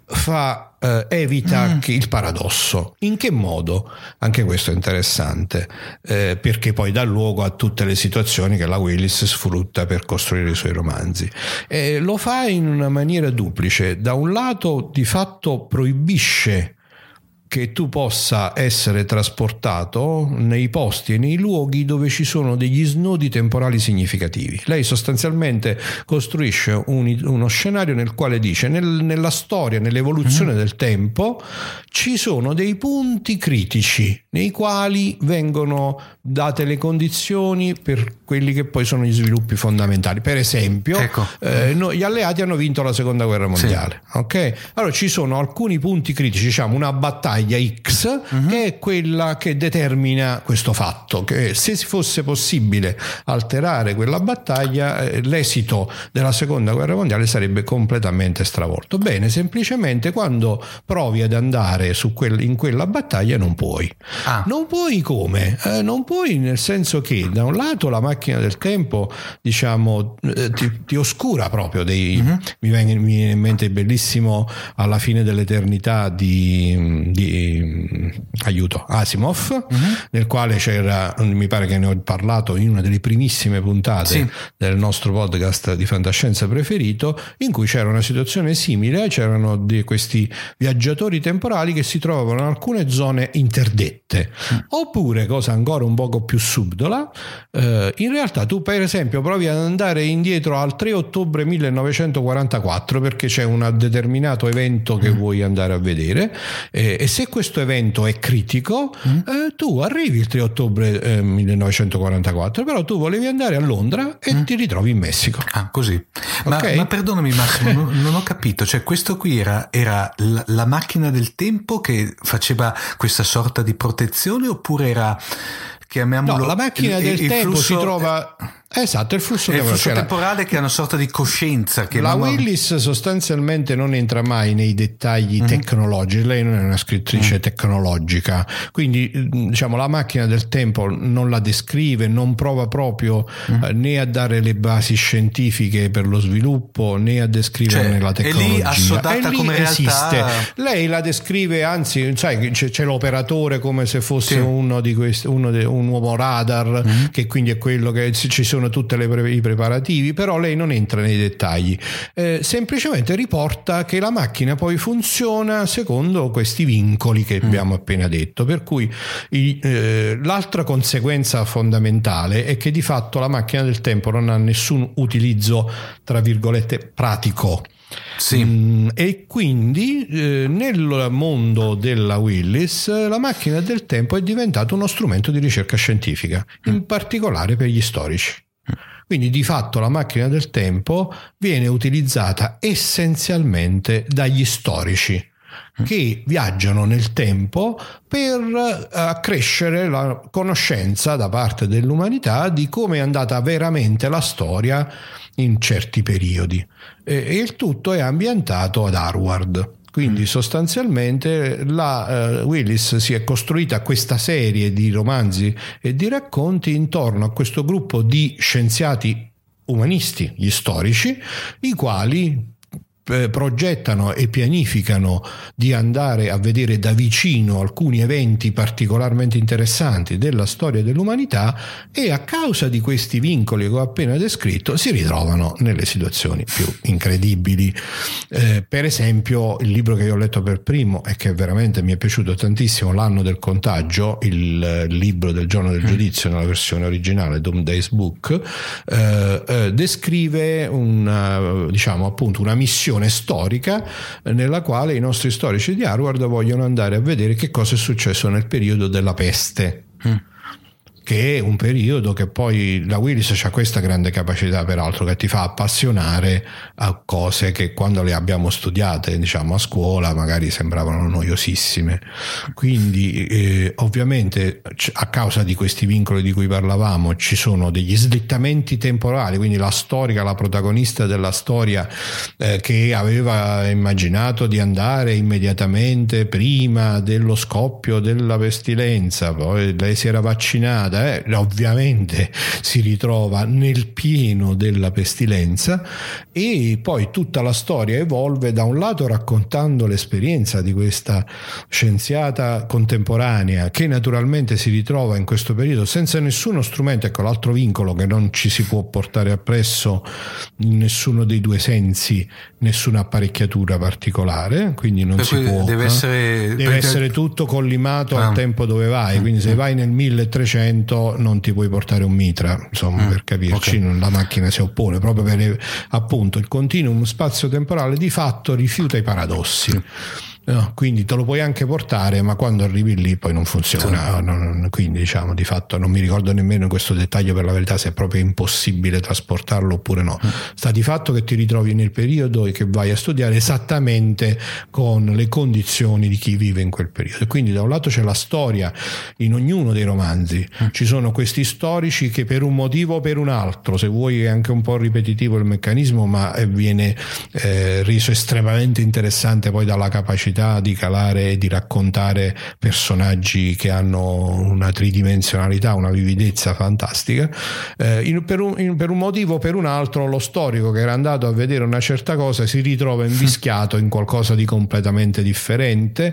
evita il paradosso. In che modo? Anche questo è interessante, perché poi dà luogo a tutte le situazioni che la Willis sfrutta per costruire i suoi romanzi. Lo fa in una maniera duplice. Da un lato, di fatto, proibisce che tu possa essere trasportato nei posti e nei luoghi dove ci sono degli snodi temporali significativi. Lei sostanzialmente costruisce uno scenario nel quale dice nella storia, nell'evoluzione del tempo ci sono dei punti critici nei quali vengono date le condizioni per quelli che poi sono gli sviluppi fondamentali. Per esempio, gli alleati hanno vinto la seconda guerra mondiale, ok? Allora ci sono alcuni punti critici, diciamo una battaglia X che è quella che determina questo fatto, che se fosse possibile alterare quella battaglia, l'esito della seconda guerra mondiale sarebbe completamente stravolto. Bene, semplicemente quando provi ad andare in quella battaglia non puoi. Non puoi come? Non puoi nel senso che da un lato la macchina del tempo, diciamo, ti oscura proprio mi viene in mente bellissimo Alla fine dell'eternità di Asimov, nel quale c'era, mi pare che ne ho parlato in una delle primissime puntate del nostro podcast di fantascienza preferito, in cui c'era una situazione simile. C'erano questi viaggiatori temporali che si trovavano in alcune zone interdette, oppure, cosa ancora un poco più subdola, in realtà tu per esempio provi ad andare indietro al 3 ottobre 1944 perché c'è un determinato evento che vuoi andare a vedere, e se questo evento è critico, tu arrivi il 3 ottobre 1944, però tu volevi andare a Londra e ti ritrovi in Messico. Così. Okay? Ma perdonami Massimo, non ho capito, cioè questo qui era la macchina del tempo che faceva questa sorta di protezione, oppure era, chiamiamolo, la macchina del tempo flusso, si trova esatto, il flusso temporale che è una sorta di coscienza che Willis sostanzialmente non entra mai nei dettagli tecnologici. Lei non è una scrittrice tecnologica, quindi diciamo la macchina del tempo non la descrive, non prova proprio né a dare le basi scientifiche per lo sviluppo né a descrivere la tecnologia. È lì assodata come esiste. Realtà. Lei la descrive, anzi, sai, c'è l'operatore come se fosse uno di questi, un uomo radar, che quindi è quello che ci sono tutti i preparativi, però lei non entra nei dettagli, semplicemente riporta che la macchina poi funziona secondo questi vincoli che abbiamo appena detto, per cui l'altra conseguenza fondamentale è che di fatto la macchina del tempo non ha nessun utilizzo tra virgolette pratico. E quindi nel mondo della Willis la macchina del tempo è diventata uno strumento di ricerca scientifica, in particolare per gli storici. Quindi di fatto la macchina del tempo viene utilizzata essenzialmente dagli storici che viaggiano nel tempo per accrescere la conoscenza da parte dell'umanità di come è andata veramente la storia in certi periodi, e il tutto è ambientato ad Harvard. Quindi sostanzialmente la Willis si è costruita questa serie di romanzi e di racconti intorno a questo gruppo di scienziati umanisti, gli storici, i quali progettano e pianificano di andare a vedere da vicino alcuni eventi particolarmente interessanti della storia dell'umanità, e a causa di questi vincoli che ho appena descritto si ritrovano nelle situazioni più incredibili. Per esempio, il libro che io ho letto per primo e che veramente mi è piaciuto tantissimo, L'anno del contagio, il libro del giorno del giudizio nella versione originale, Doomsday's Book, descrive appunto una missione storica nella quale i nostri storici di Harvard vogliono andare a vedere che cosa è successo nel periodo della peste, che è un periodo che poi la Willis c'ha questa grande capacità, peraltro, che ti fa appassionare a cose che quando le abbiamo studiate, diciamo, a scuola magari sembravano noiosissime. Quindi ovviamente a causa di questi vincoli di cui parlavamo ci sono degli slittamenti temporali, quindi la storica, la protagonista della storia che aveva immaginato di andare immediatamente prima dello scoppio della pestilenza, poi lei si era vaccinata, ovviamente si ritrova nel pieno della pestilenza, e poi tutta la storia evolve, da un lato raccontando l'esperienza di questa scienziata contemporanea che naturalmente si ritrova in questo periodo senza nessuno strumento, ecco l'altro vincolo, che non ci si può portare appresso nessuno dei due sensi, nessuna apparecchiatura particolare, quindi non si può, deve essere tutto collimato al tempo dove vai, quindi se vai nel 1300 non ti puoi portare un mitra, insomma, per capirci, okay. La macchina si oppone proprio per, appunto, il continuum spazio-temporale di fatto rifiuta i paradossi. No, quindi te lo puoi anche portare, ma quando arrivi lì poi non funziona. Quindi diciamo, di fatto non mi ricordo nemmeno in questo dettaglio, per la verità, se è proprio impossibile trasportarlo oppure no. Sta di fatto che ti ritrovi nel periodo e che vai a studiare esattamente con le condizioni di chi vive in quel periodo. E quindi da un lato c'è la storia in ognuno dei romanzi, ci sono questi storici che per un motivo o per un altro, se vuoi è anche un po' ripetitivo il meccanismo, ma viene reso estremamente interessante poi dalla capacità di calare e di raccontare personaggi che hanno una tridimensionalità, una vividezza fantastica. Per un motivo o per un altro, lo storico che era andato a vedere una certa cosa si ritrova invischiato in qualcosa di completamente differente,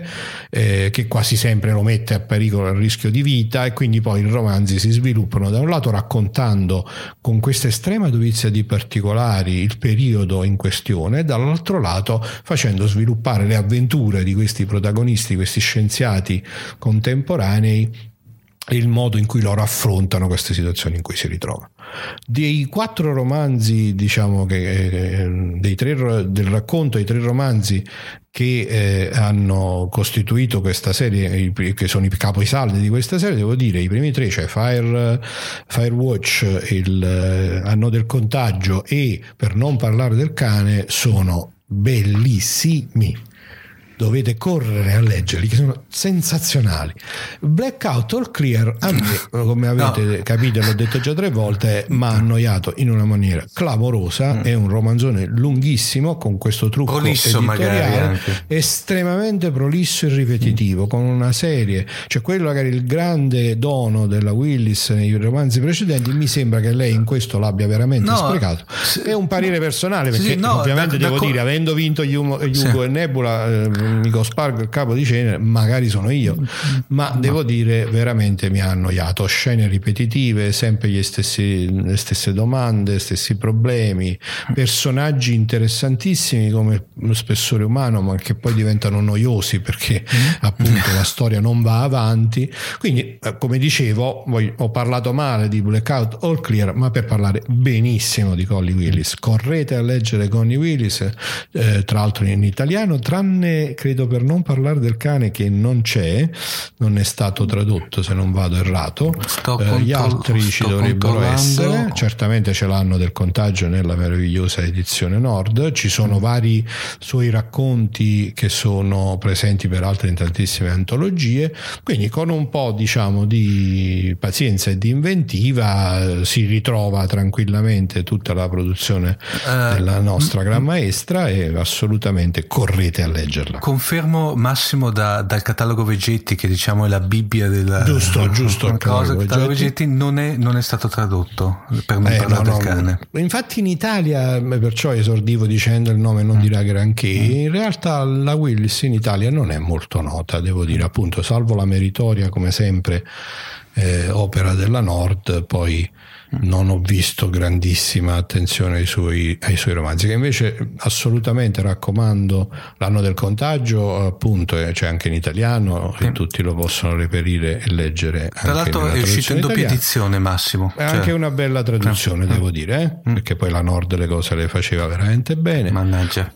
che quasi sempre lo mette a pericolo, al rischio di vita, e quindi poi i romanzi si sviluppano da un lato raccontando con questa estrema dovizia di particolari il periodo in questione, e dall'altro lato facendo sviluppare le avventure di questi protagonisti, questi scienziati contemporanei, e il modo in cui loro affrontano queste situazioni in cui si ritrovano. Dei 4 romanzi, diciamo che del racconto, i 3 romanzi che hanno costituito questa serie, che sono i capisaldi di questa serie, devo dire i primi 3, cioè Firewatch, il Anno del contagio e Per non parlare del cane, sono bellissimi. Dovete correre a leggerli, che sono sensazionali. Blackout All Clear a me, come avete capito, l'ho detto già 3 volte, mi ha annoiato in una maniera clamorosa. È un romanzone lunghissimo con questo trucco prolisso, editoriale estremamente prolisso e ripetitivo, con una serie, cioè quello che era il grande dono della Willis nei romanzi precedenti, mi sembra che lei in questo l'abbia veramente sprecato. È un parere personale, perché ovviamente devo dire, avendo vinto Hugo e Nebula, Nico Spargo, il capo di cenere, magari sono io, ma devo dire veramente mi ha annoiato. Scene ripetitive, sempre le stesse domande, stessi problemi, personaggi interessantissimi come lo spessore umano, ma che poi diventano noiosi perché appunto la storia non va avanti. Quindi come dicevo, ho parlato male di Blackout All Clear, ma per parlare benissimo di Connie Willis, correte a leggere Connie Willis, tra l'altro in italiano, tranne credo Per non parlare del cane, che non è stato tradotto se non vado errato. Gli altri ci dovrebbero essere, certamente ce l'hanno del contagio nella meravigliosa edizione Nord, ci sono vari suoi racconti che sono presenti peraltro in tantissime antologie, quindi con un po' diciamo di pazienza e di inventiva si ritrova tranquillamente tutta la produzione della nostra gran maestra, e assolutamente correte a leggerla. confermo Massimo dal catalogo Vegetti, che diciamo è la Bibbia della giusto il catalogo Vegetti non è stato tradotto, per non parlare del cane. Infatti in Italia, perciò esordivo dicendo il nome non dirà granché, in realtà la Willis in Italia non è molto nota, devo dire, appunto, salvo la meritoria come sempre opera della Nord, poi non ho visto grandissima attenzione ai suoi romanzi, che invece assolutamente raccomando. L'anno del contagio, appunto, c'è anche in italiano e tutti lo possono reperire e leggere. Tra l'altro è uscito in doppia edizione, Massimo, è anche una bella traduzione, devo dire, perché poi la Nord le cose le faceva veramente bene. Mannaggia.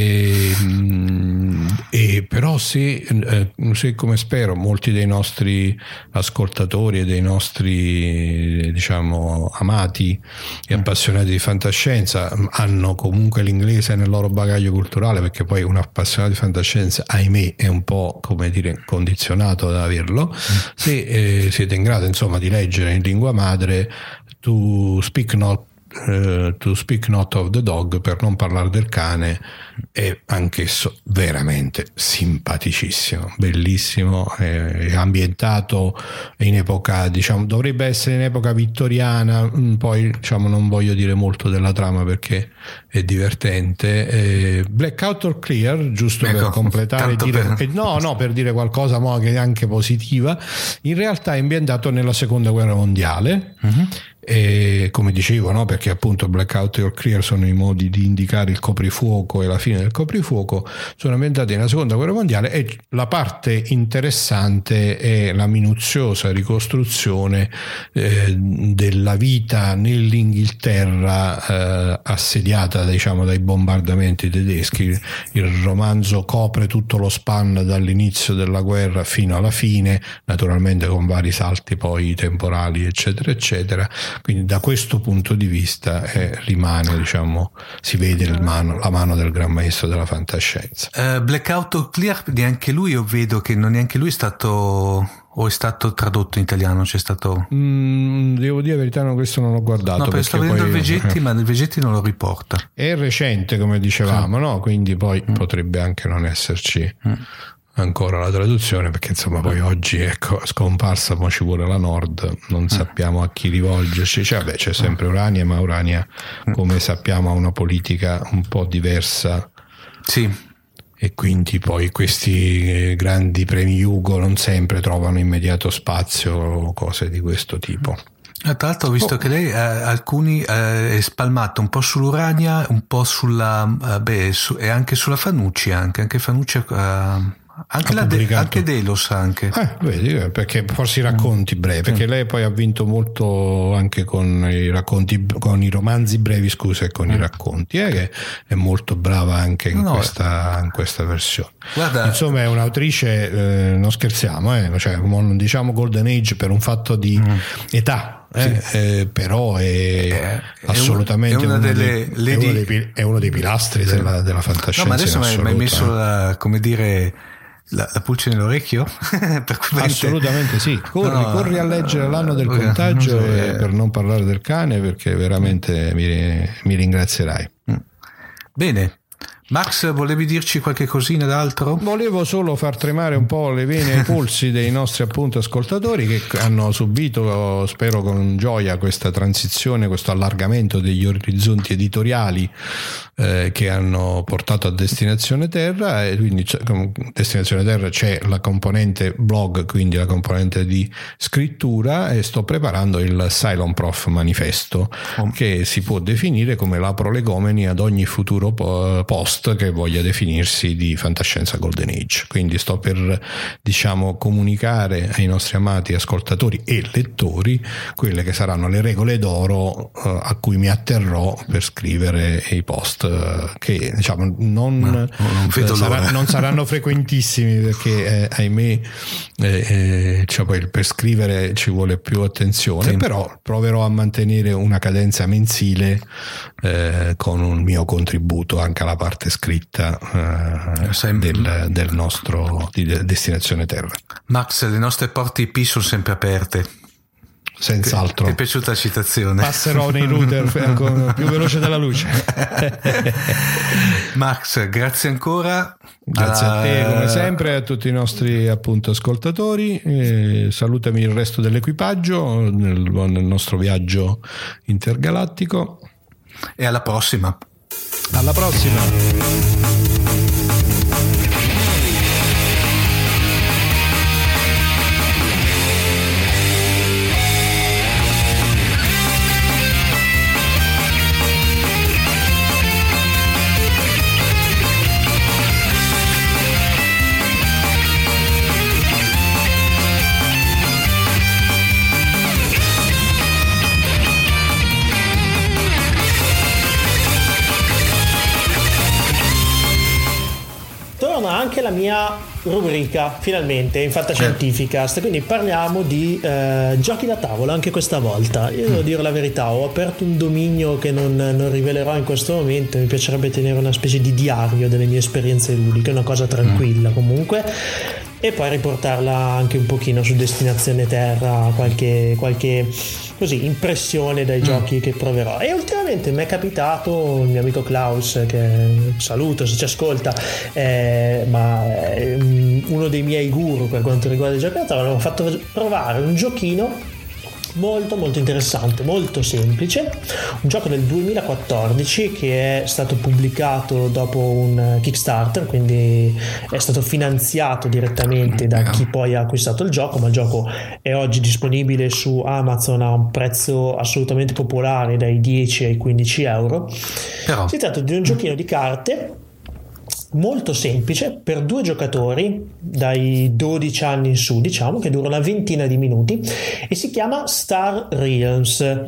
E però se come spero molti dei nostri ascoltatori e dei nostri, diciamo, amati e appassionati di fantascienza hanno comunque l'inglese nel loro bagaglio culturale, perché poi un appassionato di fantascienza, ahimè, è un po', come dire, condizionato ad averlo. Se siete in grado, insomma, di leggere in lingua madre To Speak Not of the Dog, per non parlare del cane, è anch'esso veramente simpaticissimo, bellissimo, è ambientato in epoca, diciamo, dovrebbe essere in epoca vittoriana, poi, diciamo, non voglio dire molto della trama perché è divertente. Blackout or Clear, giusto, ecco, per completare, per dire qualcosa che è anche positiva, in realtà è ambientato nella seconda guerra mondiale. E come dicevo, no, perché appunto Blackout or Clear sono i modi di indicare il coprifuoco e la fine del coprifuoco, sono ambientati nella seconda guerra mondiale, e la parte interessante è la minuziosa ricostruzione della vita nell'Inghilterra assediata, diciamo, dai bombardamenti tedeschi. Il romanzo copre tutto lo span dall'inizio della guerra fino alla fine, naturalmente con vari salti poi temporali, eccetera eccetera. Quindi da questo punto di vista rimane, diciamo, si vede la mano del gran maestro della fantascienza. Blackout or Clear, neanche lui, io vedo che non neanche lui è stato tradotto in italiano, c'è stato. Devo dire la verità, questo non l'ho guardato. No, perché sto vedendo il Vegetti, ma il Vegetti non lo riporta. È recente, come dicevamo, no? Quindi poi potrebbe anche non esserci ancora la traduzione, perché insomma poi oggi, ecco, scomparsa, ma ci vuole la Nord, non sappiamo a chi rivolgerci. C'è sempre Urania, ma Urania, come sappiamo, ha una politica un po' diversa, e quindi poi questi grandi premi Hugo non sempre trovano immediato spazio o cose di questo tipo. Tra l'altro ho visto che lei alcuni è spalmato un po' sull'Urania, un po' sulla e anche sulla Fanucci, anche Fanucci anche Delos anche. Vedi, perché forse i racconti brevi, perché lei poi ha vinto molto anche con i racconti, con i romanzi brevi, scusa, e con i racconti, che è molto brava anche in questa versione. Guarda, insomma è un'autrice, non scherziamo, cioè, non diciamo Golden Age per un fatto di età. Però è assolutamente uno dei pilastri della fantascienza. No, ma adesso mi hai messo come dire la pulce nell'orecchio. Assolutamente sì. Corri a leggere L'anno del contagio, per non parlare del cane, perché veramente mi ringrazierai. Bene. Max, volevi dirci qualche cosina d'altro? Volevo solo far tremare un po' le vene ai polsi dei nostri, appunto, ascoltatori, che hanno subito, spero con gioia, questa transizione, questo allargamento degli orizzonti editoriali che hanno portato a Destinazione Terra. E quindi Destinazione Terra c'è la componente blog, quindi la componente di scrittura, e sto preparando il Cylon Prof Manifesto, che si può definire come la prolegomeni ad ogni futuro post che voglia definirsi di fantascienza Golden Age. Quindi sto per, diciamo, comunicare ai nostri amati ascoltatori e lettori quelle che saranno le regole d'oro a cui mi atterrò per scrivere i post, che, diciamo, non saranno frequentissimi, perché ahimè cioè, poi per scrivere ci vuole più attenzione, però proverò a mantenere una cadenza mensile con un mio contributo anche alla parte scritta del nostro di Destinazione Terra. Max, le nostre porte IP sono sempre aperte. Senz'altro. Ti è piaciuta la citazione? Passerò nei router più veloce della luce. Max, grazie ancora. Grazie a te come sempre, a tutti i nostri appunto ascoltatori. Salutami il resto dell'equipaggio nel nostro viaggio intergalattico. E alla prossima. Alla prossima. Anche la mia rubrica finalmente in Fantascientificast, quindi parliamo di giochi da tavola anche questa volta. Io devo dire la verità, ho aperto un dominio che non rivelerò in questo momento. Mi piacerebbe tenere una specie di diario delle mie esperienze ludiche, una cosa tranquilla comunque, e poi riportarla anche un pochino su Destinazione Terra, qualche così impressione dai giochi che proverò. E ultimamente mi è capitato il mio amico Klaus, che saluto se ci ascolta, ma è uno dei miei guru per quanto riguarda i giochi da tavola. Mi ha fatto provare un giochino molto molto interessante, molto semplice, un gioco del 2014 che è stato pubblicato dopo un Kickstarter, quindi è stato finanziato direttamente da chi poi ha acquistato il gioco, ma il gioco è oggi disponibile su Amazon a un prezzo assolutamente popolare, dai 10 ai 15 euro. Però si tratta di un giochino di carte molto semplice per 2 giocatori dai 12 anni in su, diciamo, che dura una ventina di minuti, e si chiama Star Realms.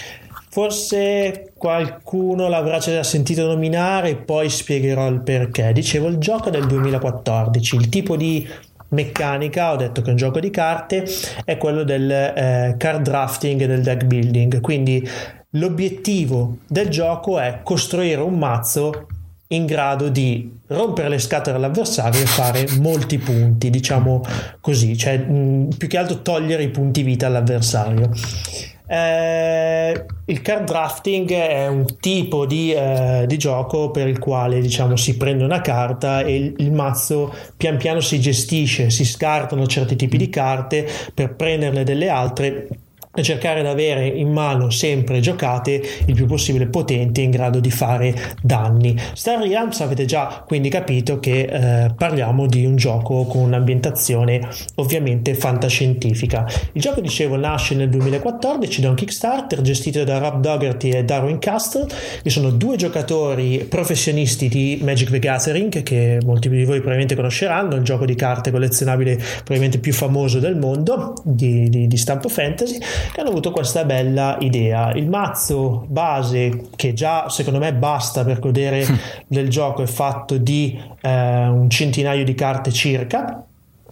Forse qualcuno l'avrà già sentito nominare, poi spiegherò il perché. Dicevo, il gioco del 2014, il tipo di meccanica, ho detto che è un gioco di carte, è quello del card drafting e del deck building, quindi l'obiettivo del gioco è costruire un mazzo in grado di rompere le scatole all'avversario e fare molti punti, diciamo così, cioè più che altro togliere i punti vita all'avversario. Il card drafting è un tipo di gioco per il quale, diciamo, si prende una carta e il mazzo pian piano si gestisce, si scartano certi tipi di carte per prenderne delle altre e cercare di avere in mano sempre giocate il più possibile potenti, in grado di fare danni. Star Realms, avete già quindi capito che parliamo di un gioco con un'ambientazione ovviamente fantascientifica. Il gioco, dicevo, nasce nel 2014 da un Kickstarter gestito da Rob Dougherty e Darwin Castle, che sono 2 giocatori professionisti di Magic the Gathering, che molti di voi probabilmente conosceranno, il gioco di carte collezionabile probabilmente più famoso del mondo di stampo fantasy, che hanno avuto questa bella idea. Il mazzo base, che già secondo me basta per godere del gioco, è fatto di un centinaio di carte circa,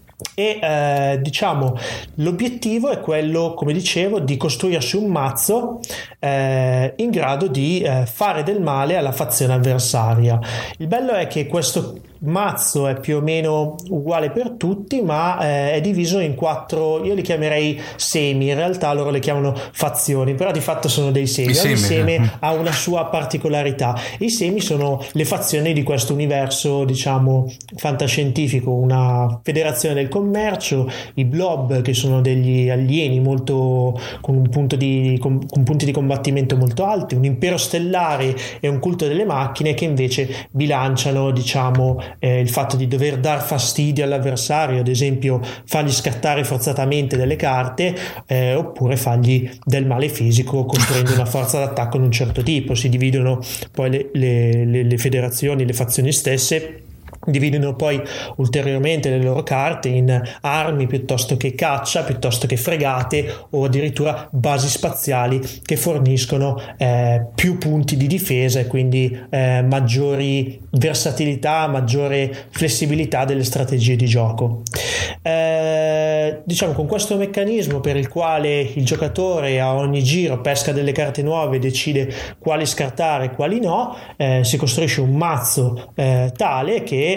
e diciamo l'obiettivo è quello, come dicevo, di costruirsi un mazzo in grado di fare del male alla fazione avversaria. Il bello è che questo mazzo è più o meno uguale per tutti, ma è diviso in 4, io li chiamerei semi, in realtà loro le chiamano fazioni, però di fatto sono dei semi. Ogni seme ha una sua particolarità. I semi sono le fazioni di questo universo, diciamo, fantascientifico, una federazione del commercio, i blob, che sono degli alieni molto con punti di combattimento molto alti, un impero stellare e un culto delle macchine, che invece bilanciano, diciamo, il fatto di dover dar fastidio all'avversario, ad esempio fargli scattare forzatamente delle carte, oppure fargli del male fisico costruendo una forza d'attacco di un certo tipo. Si dividono poi le federazioni, le fazioni stesse dividono poi ulteriormente le loro carte in armi piuttosto che caccia, piuttosto che fregate, o addirittura basi spaziali che forniscono più punti di difesa e quindi maggiori versatilità, maggiore flessibilità delle strategie di gioco. Diciamo, con questo meccanismo per il quale il giocatore a ogni giro pesca delle carte nuove e decide quali scartare e quali no, si costruisce un mazzo tale che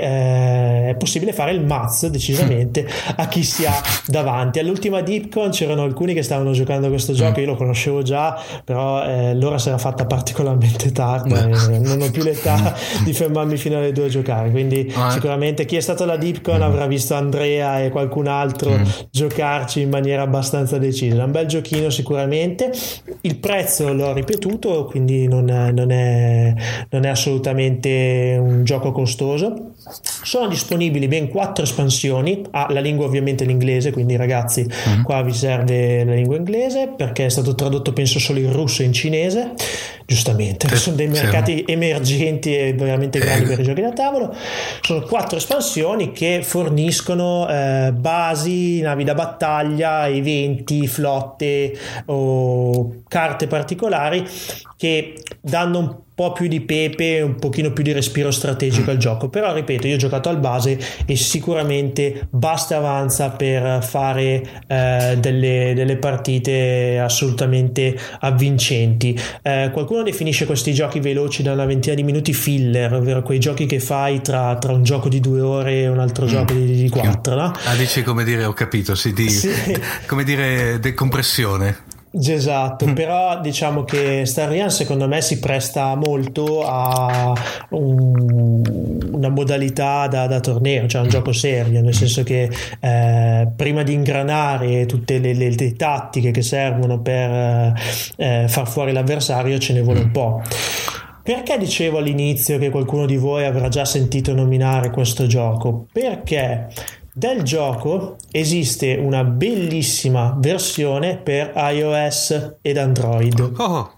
è possibile fare il mazzo decisamente a chi si ha davanti. All'ultima DeepCon c'erano alcuni che stavano giocando a questo gioco, io lo conoscevo già, però l'ora si era fatta particolarmente tarda e non ho più l'età di fermarmi fino alle 2 a giocare, quindi sicuramente chi è stato alla DeepCon avrà visto Andrea e qualcun altro giocarci in maniera abbastanza decisa. Un bel giochino sicuramente, il prezzo l'ho ripetuto, quindi non è assolutamente un gioco costoso. Sono disponibili ben 4 espansioni, la lingua ovviamente l'inglese, quindi ragazzi qua vi serve la lingua inglese perché è stato tradotto penso solo in russo e in cinese, giustamente, sono dei mercati emergenti e veramente grandi per i giochi da tavolo. Sono 4 espansioni che forniscono basi, navi da battaglia, eventi, flotte o carte particolari che danno un po' più di pepe, un pochino più di respiro strategico al gioco. Però ripeto, io ho giocato al base e sicuramente basta e avanza per fare delle partite assolutamente avvincenti. Qualcuno definisce questi giochi veloci da una ventina di minuti filler, ovvero quei giochi che fai tra un gioco di 2 ore e un altro gioco di 4, no? Dici, come dire, ho capito, sì. Come dire, decompressione. Esatto, però diciamo che Star Realm secondo me si presta molto a una modalità da torneo, cioè un gioco serio, nel senso che prima di ingranare tutte le tattiche che servono per far fuori l'avversario ce ne vuole un po'. Perché dicevo all'inizio che qualcuno di voi avrà già sentito nominare questo gioco? Perché del gioco esiste una bellissima versione per iOS ed Android.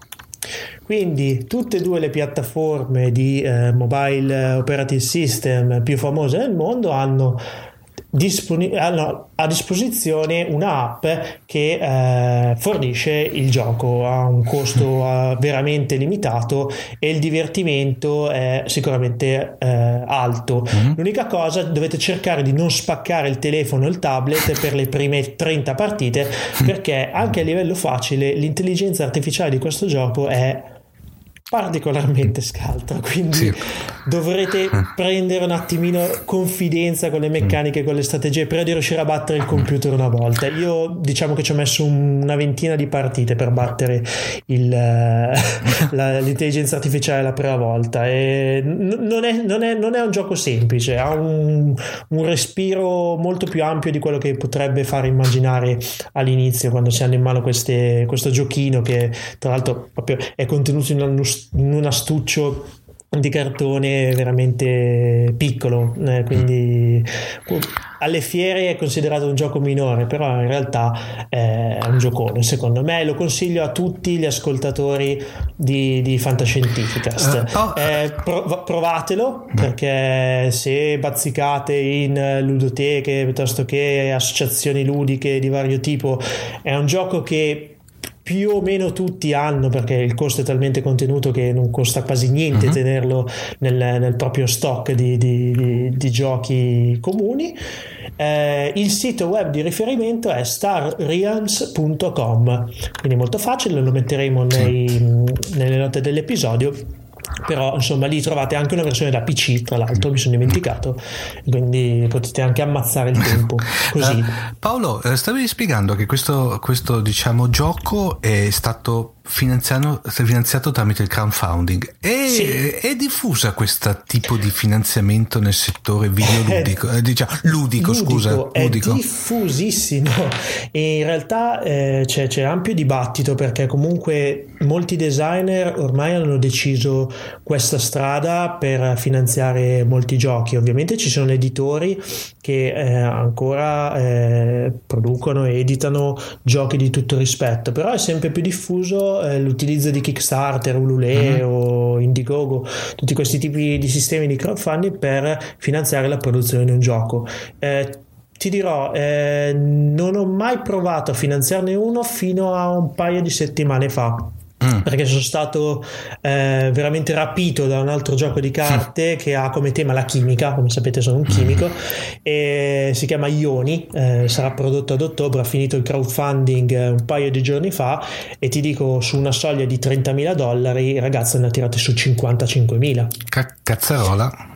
Quindi tutte e 2 le piattaforme di mobile operating system più famose nel mondo hanno a disposizione un'app che fornisce il gioco a un costo veramente limitato e il divertimento è sicuramente alto. L'unica cosa, dovete cercare di non spaccare il telefono o il tablet per le prime 30 partite, perché anche a livello facile l'intelligenza artificiale di questo gioco è particolarmente scaltra, quindi dovrete prendere un attimino confidenza con le meccaniche, con le strategie, prima di riuscire a battere il computer una volta. Io diciamo che ci ho messo una ventina di partite per battere l'intelligenza artificiale la prima volta e non è un gioco semplice, ha un respiro molto più ampio di quello che potrebbe fare immaginare all'inizio quando si hanno in mano questo giochino, che tra l'altro proprio è contenuto in un astuccio di cartone veramente piccolo, quindi alle fiere è considerato un gioco minore, però in realtà è un giocone. Secondo me lo consiglio a tutti gli ascoltatori di Fantascientificast. Provatelo, perché se bazzicate in ludoteche piuttosto che associazioni ludiche di vario tipo, è un gioco che più o meno tutti hanno, perché il costo è talmente contenuto che non costa quasi niente tenerlo nel proprio stock di giochi comuni. Il sito web di riferimento è starrealms.com, quindi molto facile, lo metteremo nelle note dell'episodio. Però insomma lì trovate anche una versione da PC, tra l'altro mi sono dimenticato, quindi potete anche ammazzare il tempo così. Paolo, stavi spiegando che questo diciamo gioco è stato finanziato tramite il crowdfunding. È diffusa questo tipo di finanziamento nel settore videoludico, ludico. È diffusissimo e in realtà c'è ampio dibattito, perché comunque molti designer ormai hanno deciso questa strada per finanziare molti giochi. Ovviamente ci sono editori che ancora producono e editano giochi di tutto rispetto, però è sempre più diffuso l'utilizzo di Kickstarter, Ulule o Indiegogo, tutti questi tipi di sistemi di crowdfunding per finanziare la produzione di un gioco. Ti dirò, non ho mai provato a finanziarne uno fino a un paio di settimane fa, perché sono stato veramente rapito da un altro gioco di carte che ha come tema la chimica. Come sapete sono un chimico e si chiama Ioni, sarà prodotto ad ottobre, ha finito il crowdfunding un paio di giorni fa e ti dico, su una soglia di $30.000 i ragazzi ne ha tirati su 55.000. Cazzarola.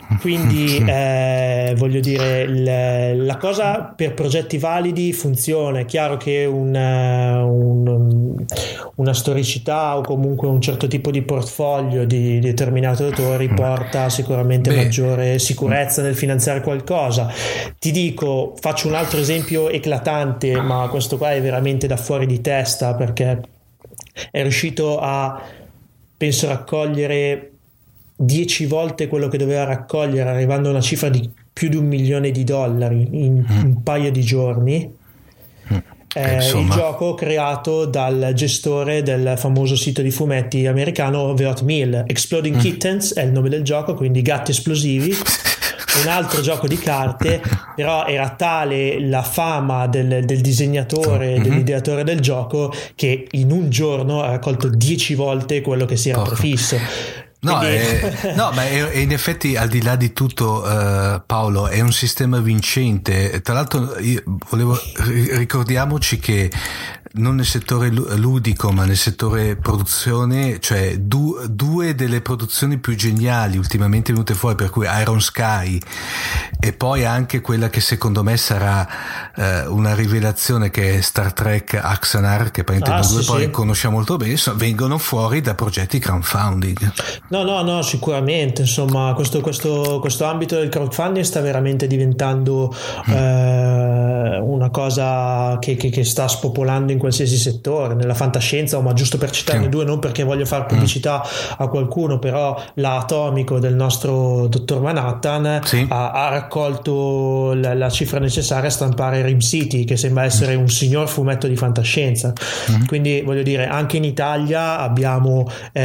Quindi voglio dire, la cosa per progetti validi funziona. È chiaro che una storicità o comunque un certo tipo di portfolio di determinati autori porta sicuramente maggiore sicurezza nel finanziare qualcosa. Ti dico, faccio un altro esempio eclatante, ma questo qua è veramente da fuori di testa, perché è riuscito a, penso, raccogliere 10 volte quello che doveva raccogliere, arrivando a una cifra di più di $1 milione in un paio di giorni. Il gioco creato dal gestore del famoso sito di fumetti americano The Hot Mill. Exploding Kittens è il nome del gioco, quindi gatti esplosivi. Un altro gioco di carte, però era tale la fama del disegnatore, dell'ideatore del gioco, che in un giorno ha raccolto 10 volte quello che si era prefisso. No, ma in effetti, al di là di tutto, Paolo, è un sistema vincente. Tra l'altro, ricordiamoci che non nel settore ludico, ma nel settore produzione, cioè due delle produzioni più geniali ultimamente venute fuori, per cui Iron Sky e poi anche quella che secondo me sarà una rivelazione, che è Star Trek Axanar, che poi conosciamo molto bene, vengono fuori da progetti crowdfunding. No, sicuramente, insomma, questo ambito del crowdfunding sta veramente diventando una cosa che sta spopolando in qualsiasi settore, nella fantascienza, ma giusto per citarne due, non perché voglio fare pubblicità a qualcuno, però l'Atomico del nostro dottor Manhattan ha raccolto la cifra necessaria a stampare Rim City, che sembra essere un signor fumetto di fantascienza. Quindi voglio dire, anche in Italia abbiamo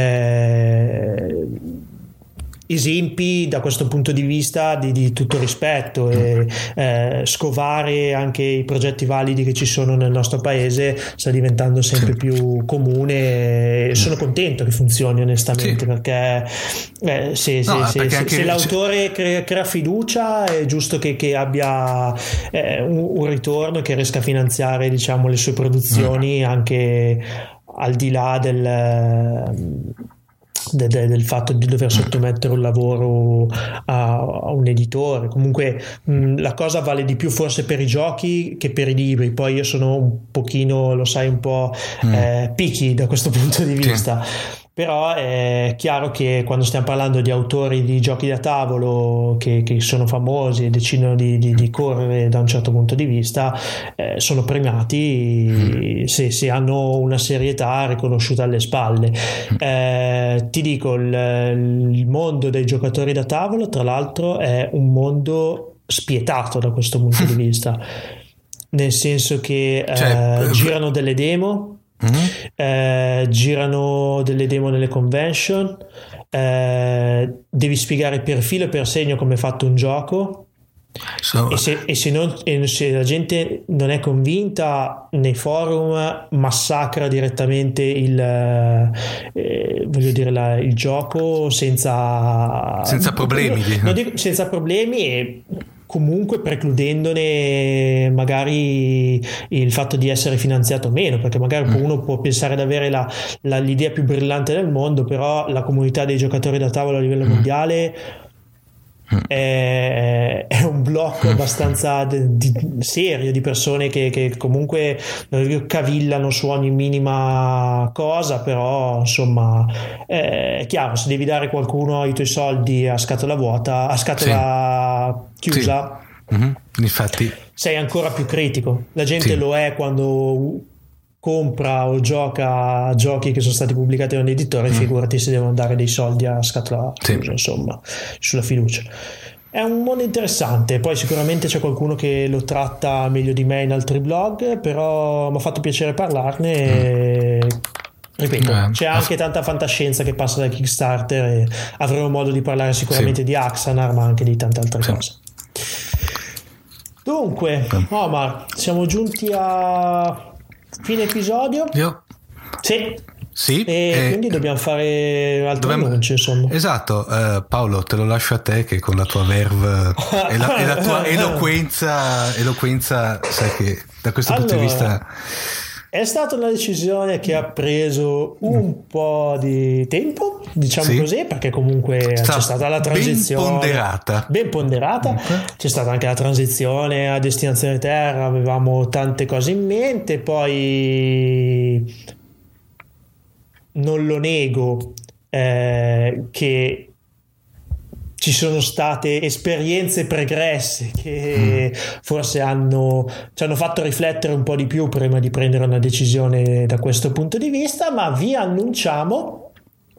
esempi da questo punto di vista di tutto rispetto, e scovare anche i progetti validi che ci sono nel nostro paese sta diventando sempre più comune, e sono contento che funzioni, onestamente, perché se l'autore crea fiducia, è giusto che abbia un ritorno, che riesca a finanziare, diciamo, le sue produzioni anche al di là del fatto di dover sottomettere un lavoro a un editore. Comunque la cosa vale di più forse per i giochi che per i libri. Poi io sono un pochino, lo sai, un po' picky da questo punto di vista. Però è chiaro che quando stiamo parlando di autori di giochi da tavolo che sono famosi e decidono di correre da un certo punto di vista, sono premiati se hanno una serietà riconosciuta alle spalle. Ti dico, il mondo dei giocatori da tavolo, tra l'altro, è un mondo spietato da questo punto di vista, nel senso che girano delle demo. Girano delle demo nelle convention, devi spiegare per filo e per segno come è fatto un gioco, e se la gente non è convinta, nei forum massacra direttamente il gioco senza problemi, senza problemi, e comunque precludendone magari il fatto di essere finanziato o meno, perché magari uno può pensare di avere l'idea più brillante del mondo, però la comunità dei giocatori da tavolo a livello mondiale è un blocco abbastanza serio di persone che comunque cavillano su ogni minima cosa. Però insomma è chiaro, se devi dare qualcuno i tuoi soldi a scatola vuota, a scatola chiusa, infatti sei ancora più critico. La gente lo è quando compra o gioca a giochi che sono stati pubblicati da un editore, figurati se devono dare dei soldi a scatola chiusa, insomma, sulla fiducia. È un mondo interessante, poi sicuramente c'è qualcuno che lo tratta meglio di me in altri blog, però mi ha fatto piacere parlarne e, ripeto, c'è anche tanta fantascienza che passa da Kickstarter, e avremo modo di parlare sicuramente di Axanar, ma anche di tante altre cose. Dunque, Omar, siamo giunti a fine episodio. Sì, e quindi dobbiamo fare altri annunci, insomma. Esatto. Paolo, te lo lascio a te, che con la tua verve e la tua eloquenza, sai che da questo punto di vista È stata una decisione che ha preso un po' di tempo, diciamo così, perché comunque c'è stata la transizione ben ponderata. C'è stata anche la transizione a destinazione terra, avevamo tante cose in mente, poi non lo nego che ci sono state esperienze pregresse che forse ci hanno fatto riflettere un po' di più prima di prendere una decisione da questo punto di vista, ma vi annunciamo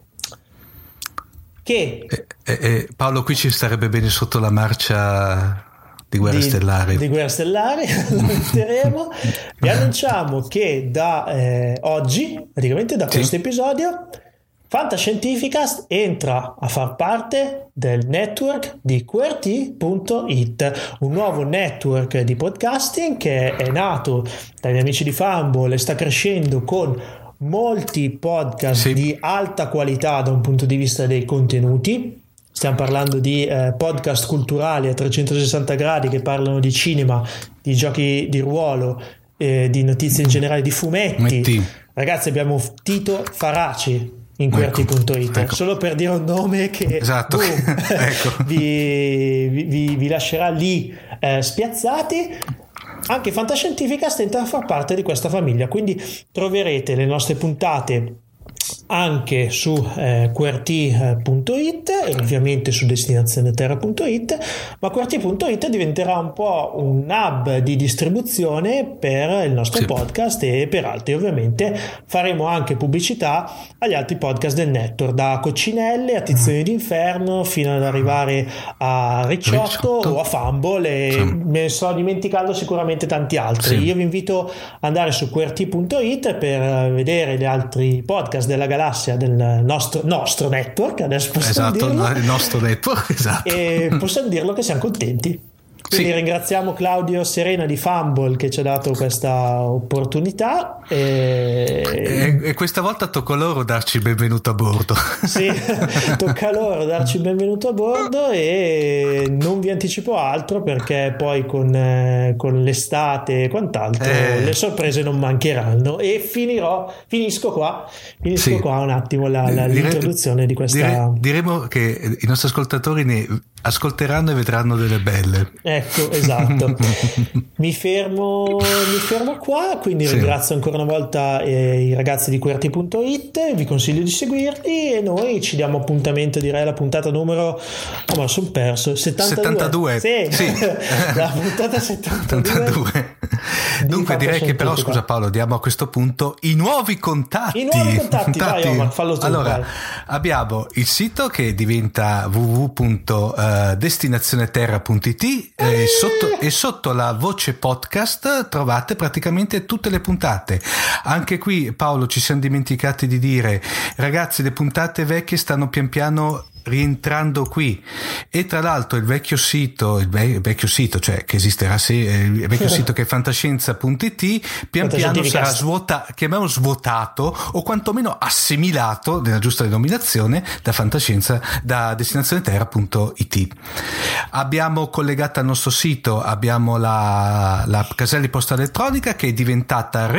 che Paolo, qui ci starebbe bene sotto la marcia di Guerre Stellari. Di Guerre Stellari lo metteremo. Vi annunciamo che da oggi, praticamente da questo episodio, Fantascientificast entra a far parte del network di QWERTY.it, un nuovo network di podcasting che è nato dagli amici di Fumble e sta crescendo con molti podcast di alta qualità da un punto di vista dei contenuti. Stiamo parlando di podcast culturali a 360 gradi che parlano di cinema, di giochi di ruolo, di notizie in generale, di fumetti. Ragazzi, abbiamo Tito Faraci in QWERTY.it, solo per dire un nome che vi lascerà lì spiazzati. Anche Fantascientificast entra a far parte di questa famiglia, quindi troverete le nostre puntate anche su QWERTY.it e ovviamente su destinazioneterra.it, ma QWERTY.it diventerà un po' un hub di distribuzione per il nostro podcast e per altri. Ovviamente faremo anche pubblicità agli altri podcast del network, da Coccinelle a Tizioni d'Inferno fino ad arrivare a Ricciotto o a Fumble, e me ne sto dimenticando sicuramente tanti altri. Io vi invito ad andare su QWERTY.it per vedere gli altri podcast della galassia del nostro network, adesso possiamo dirlo, il nostro network, e possiamo dirlo che siamo contenti. Quindi ringraziamo Claudio Serena di Fumble che ci ha dato questa opportunità e questa volta tocca loro darci il benvenuto a bordo. Sì, tocca loro darci il benvenuto a bordo, e non vi anticipo altro perché poi con l'estate e quant'altro le sorprese non mancheranno, e finisco qua un attimo l'introduzione di questa. Diremo che i nostri ascoltatori ne ascolteranno e vedranno delle belle. Ecco, esatto. mi fermo qua, quindi ringrazio ancora una volta i ragazzi di QWERTY.it, vi consiglio di seguirli e noi ci diamo appuntamento, direi, alla puntata numero sono perso 72. Sì. La puntata 72. Dunque direi che però, scusa Paolo, diamo a questo punto i nuovi contatti. Vai Omar, fallo tu. Allora, abbiamo il sito che diventa www.destinazioneterra.it e sotto la voce podcast trovate praticamente tutte le puntate. Anche qui, Paolo, ci siamo dimenticati di dire, ragazzi, le puntate vecchie stanno pian piano rientrando qui, e tra l'altro il vecchio sito cioè che esisterà il vecchio sito che è fantascienza.it pian piano sarà svuotato o quantomeno assimilato nella giusta denominazione da destinazioneterra.it. Abbiamo collegato al nostro sito, abbiamo la casella di posta elettronica che è diventata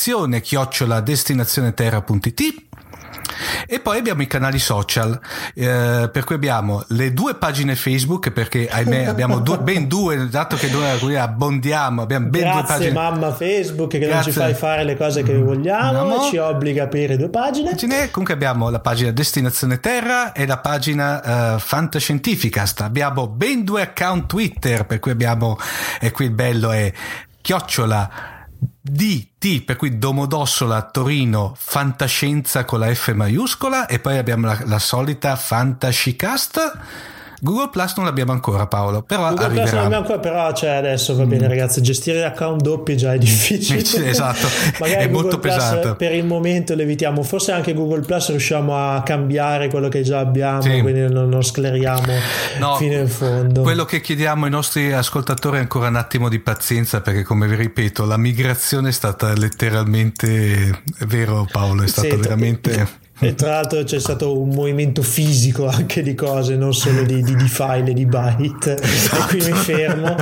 redazione@destinazioneterra.it. E poi abbiamo i canali social, per cui abbiamo le 2 pagine Facebook, perché ahimè abbiamo ben due, dato che noi abbondiamo, abbiamo ben 2 pagine. Mamma Facebook che non ci fai fare le cose che vogliamo, ci obbliga a aprire 2 pagine. Comunque abbiamo la pagina Destinazione Terra e la pagina Fantascientificast. Abbiamo ben 2 account Twitter, per cui abbiamo, e qui il bello è @DT, per cui Domodossola Torino Fantascienza con la F maiuscola, e poi abbiamo la solita Fantascicast. Google Plus non l'abbiamo ancora, Paolo, però Google arriverà. Plus non l'abbiamo ancora, però adesso va bene, ragazzi, gestire account doppi già è difficile. Esatto, è molto pesante. Per il momento l'evitiamo, forse anche Google Plus riusciamo a cambiare quello che già abbiamo, quindi non scleriamo fino in fondo. Quello che chiediamo ai nostri ascoltatori è ancora un attimo di pazienza, perché, come vi ripeto, la migrazione è stata letteralmente, è vero Paolo, è stata veramente E tra l'altro c'è stato un movimento fisico anche di cose, non solo di file e di byte. Esatto. E qui mi fermo.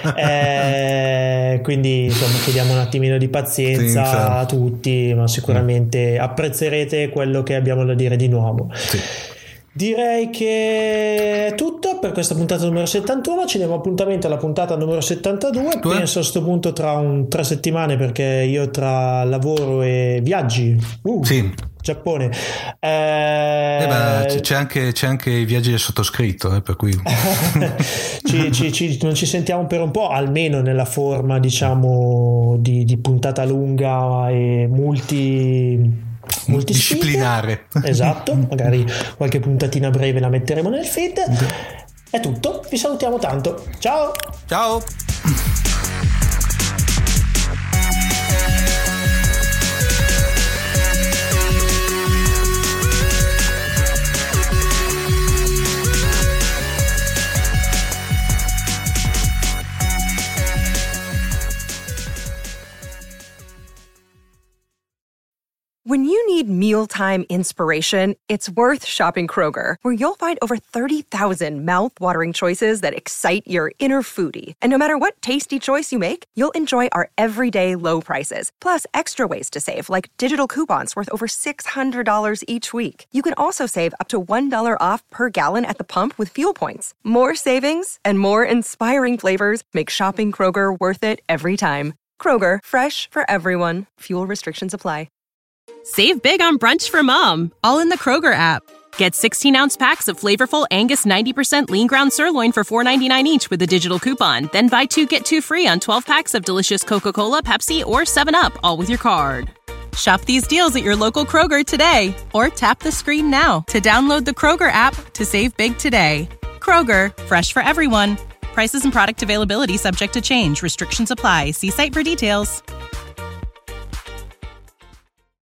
Quindi insomma chiediamo un attimino di pazienza a tutti, ma sicuramente apprezzerete quello che abbiamo da dire di nuovo. Sì. Direi che è tutto per questa puntata numero 71. Ci diamo appuntamento alla puntata numero 72. Penso a sto punto tra 3 settimane, perché io tra lavoro e viaggi Giappone c'è anche i viaggi del sottoscritto, per cui non ci sentiamo per un po', almeno nella forma diciamo di puntata lunga e multidisciplinare. Esatto, magari qualche puntatina breve la metteremo nel feed. È tutto, vi salutiamo tanto, ciao. When you need mealtime inspiration, it's worth shopping Kroger, where you'll find over 30,000 mouth-watering choices that excite your inner foodie. And no matter what tasty choice you make, you'll enjoy our everyday low prices, plus extra ways to save, like digital coupons worth over $600 each week. You can also save up to $1 off per gallon at the pump with fuel points. More savings and more inspiring flavors make shopping Kroger worth it every time. Kroger, fresh for everyone. Fuel restrictions apply. Save big on brunch for mom, all in the Kroger app. Get 16-ounce packs of flavorful Angus 90% lean ground sirloin for $4.99 each with a digital coupon. Then buy 2, get 2 free on 12 packs of delicious Coca-Cola, Pepsi, or 7-Up, all with your card. Shop these deals at your local Kroger today, or tap the screen now to download the Kroger app to save big today. Kroger, fresh for everyone. Prices and product availability subject to change. Restrictions apply. See site for details.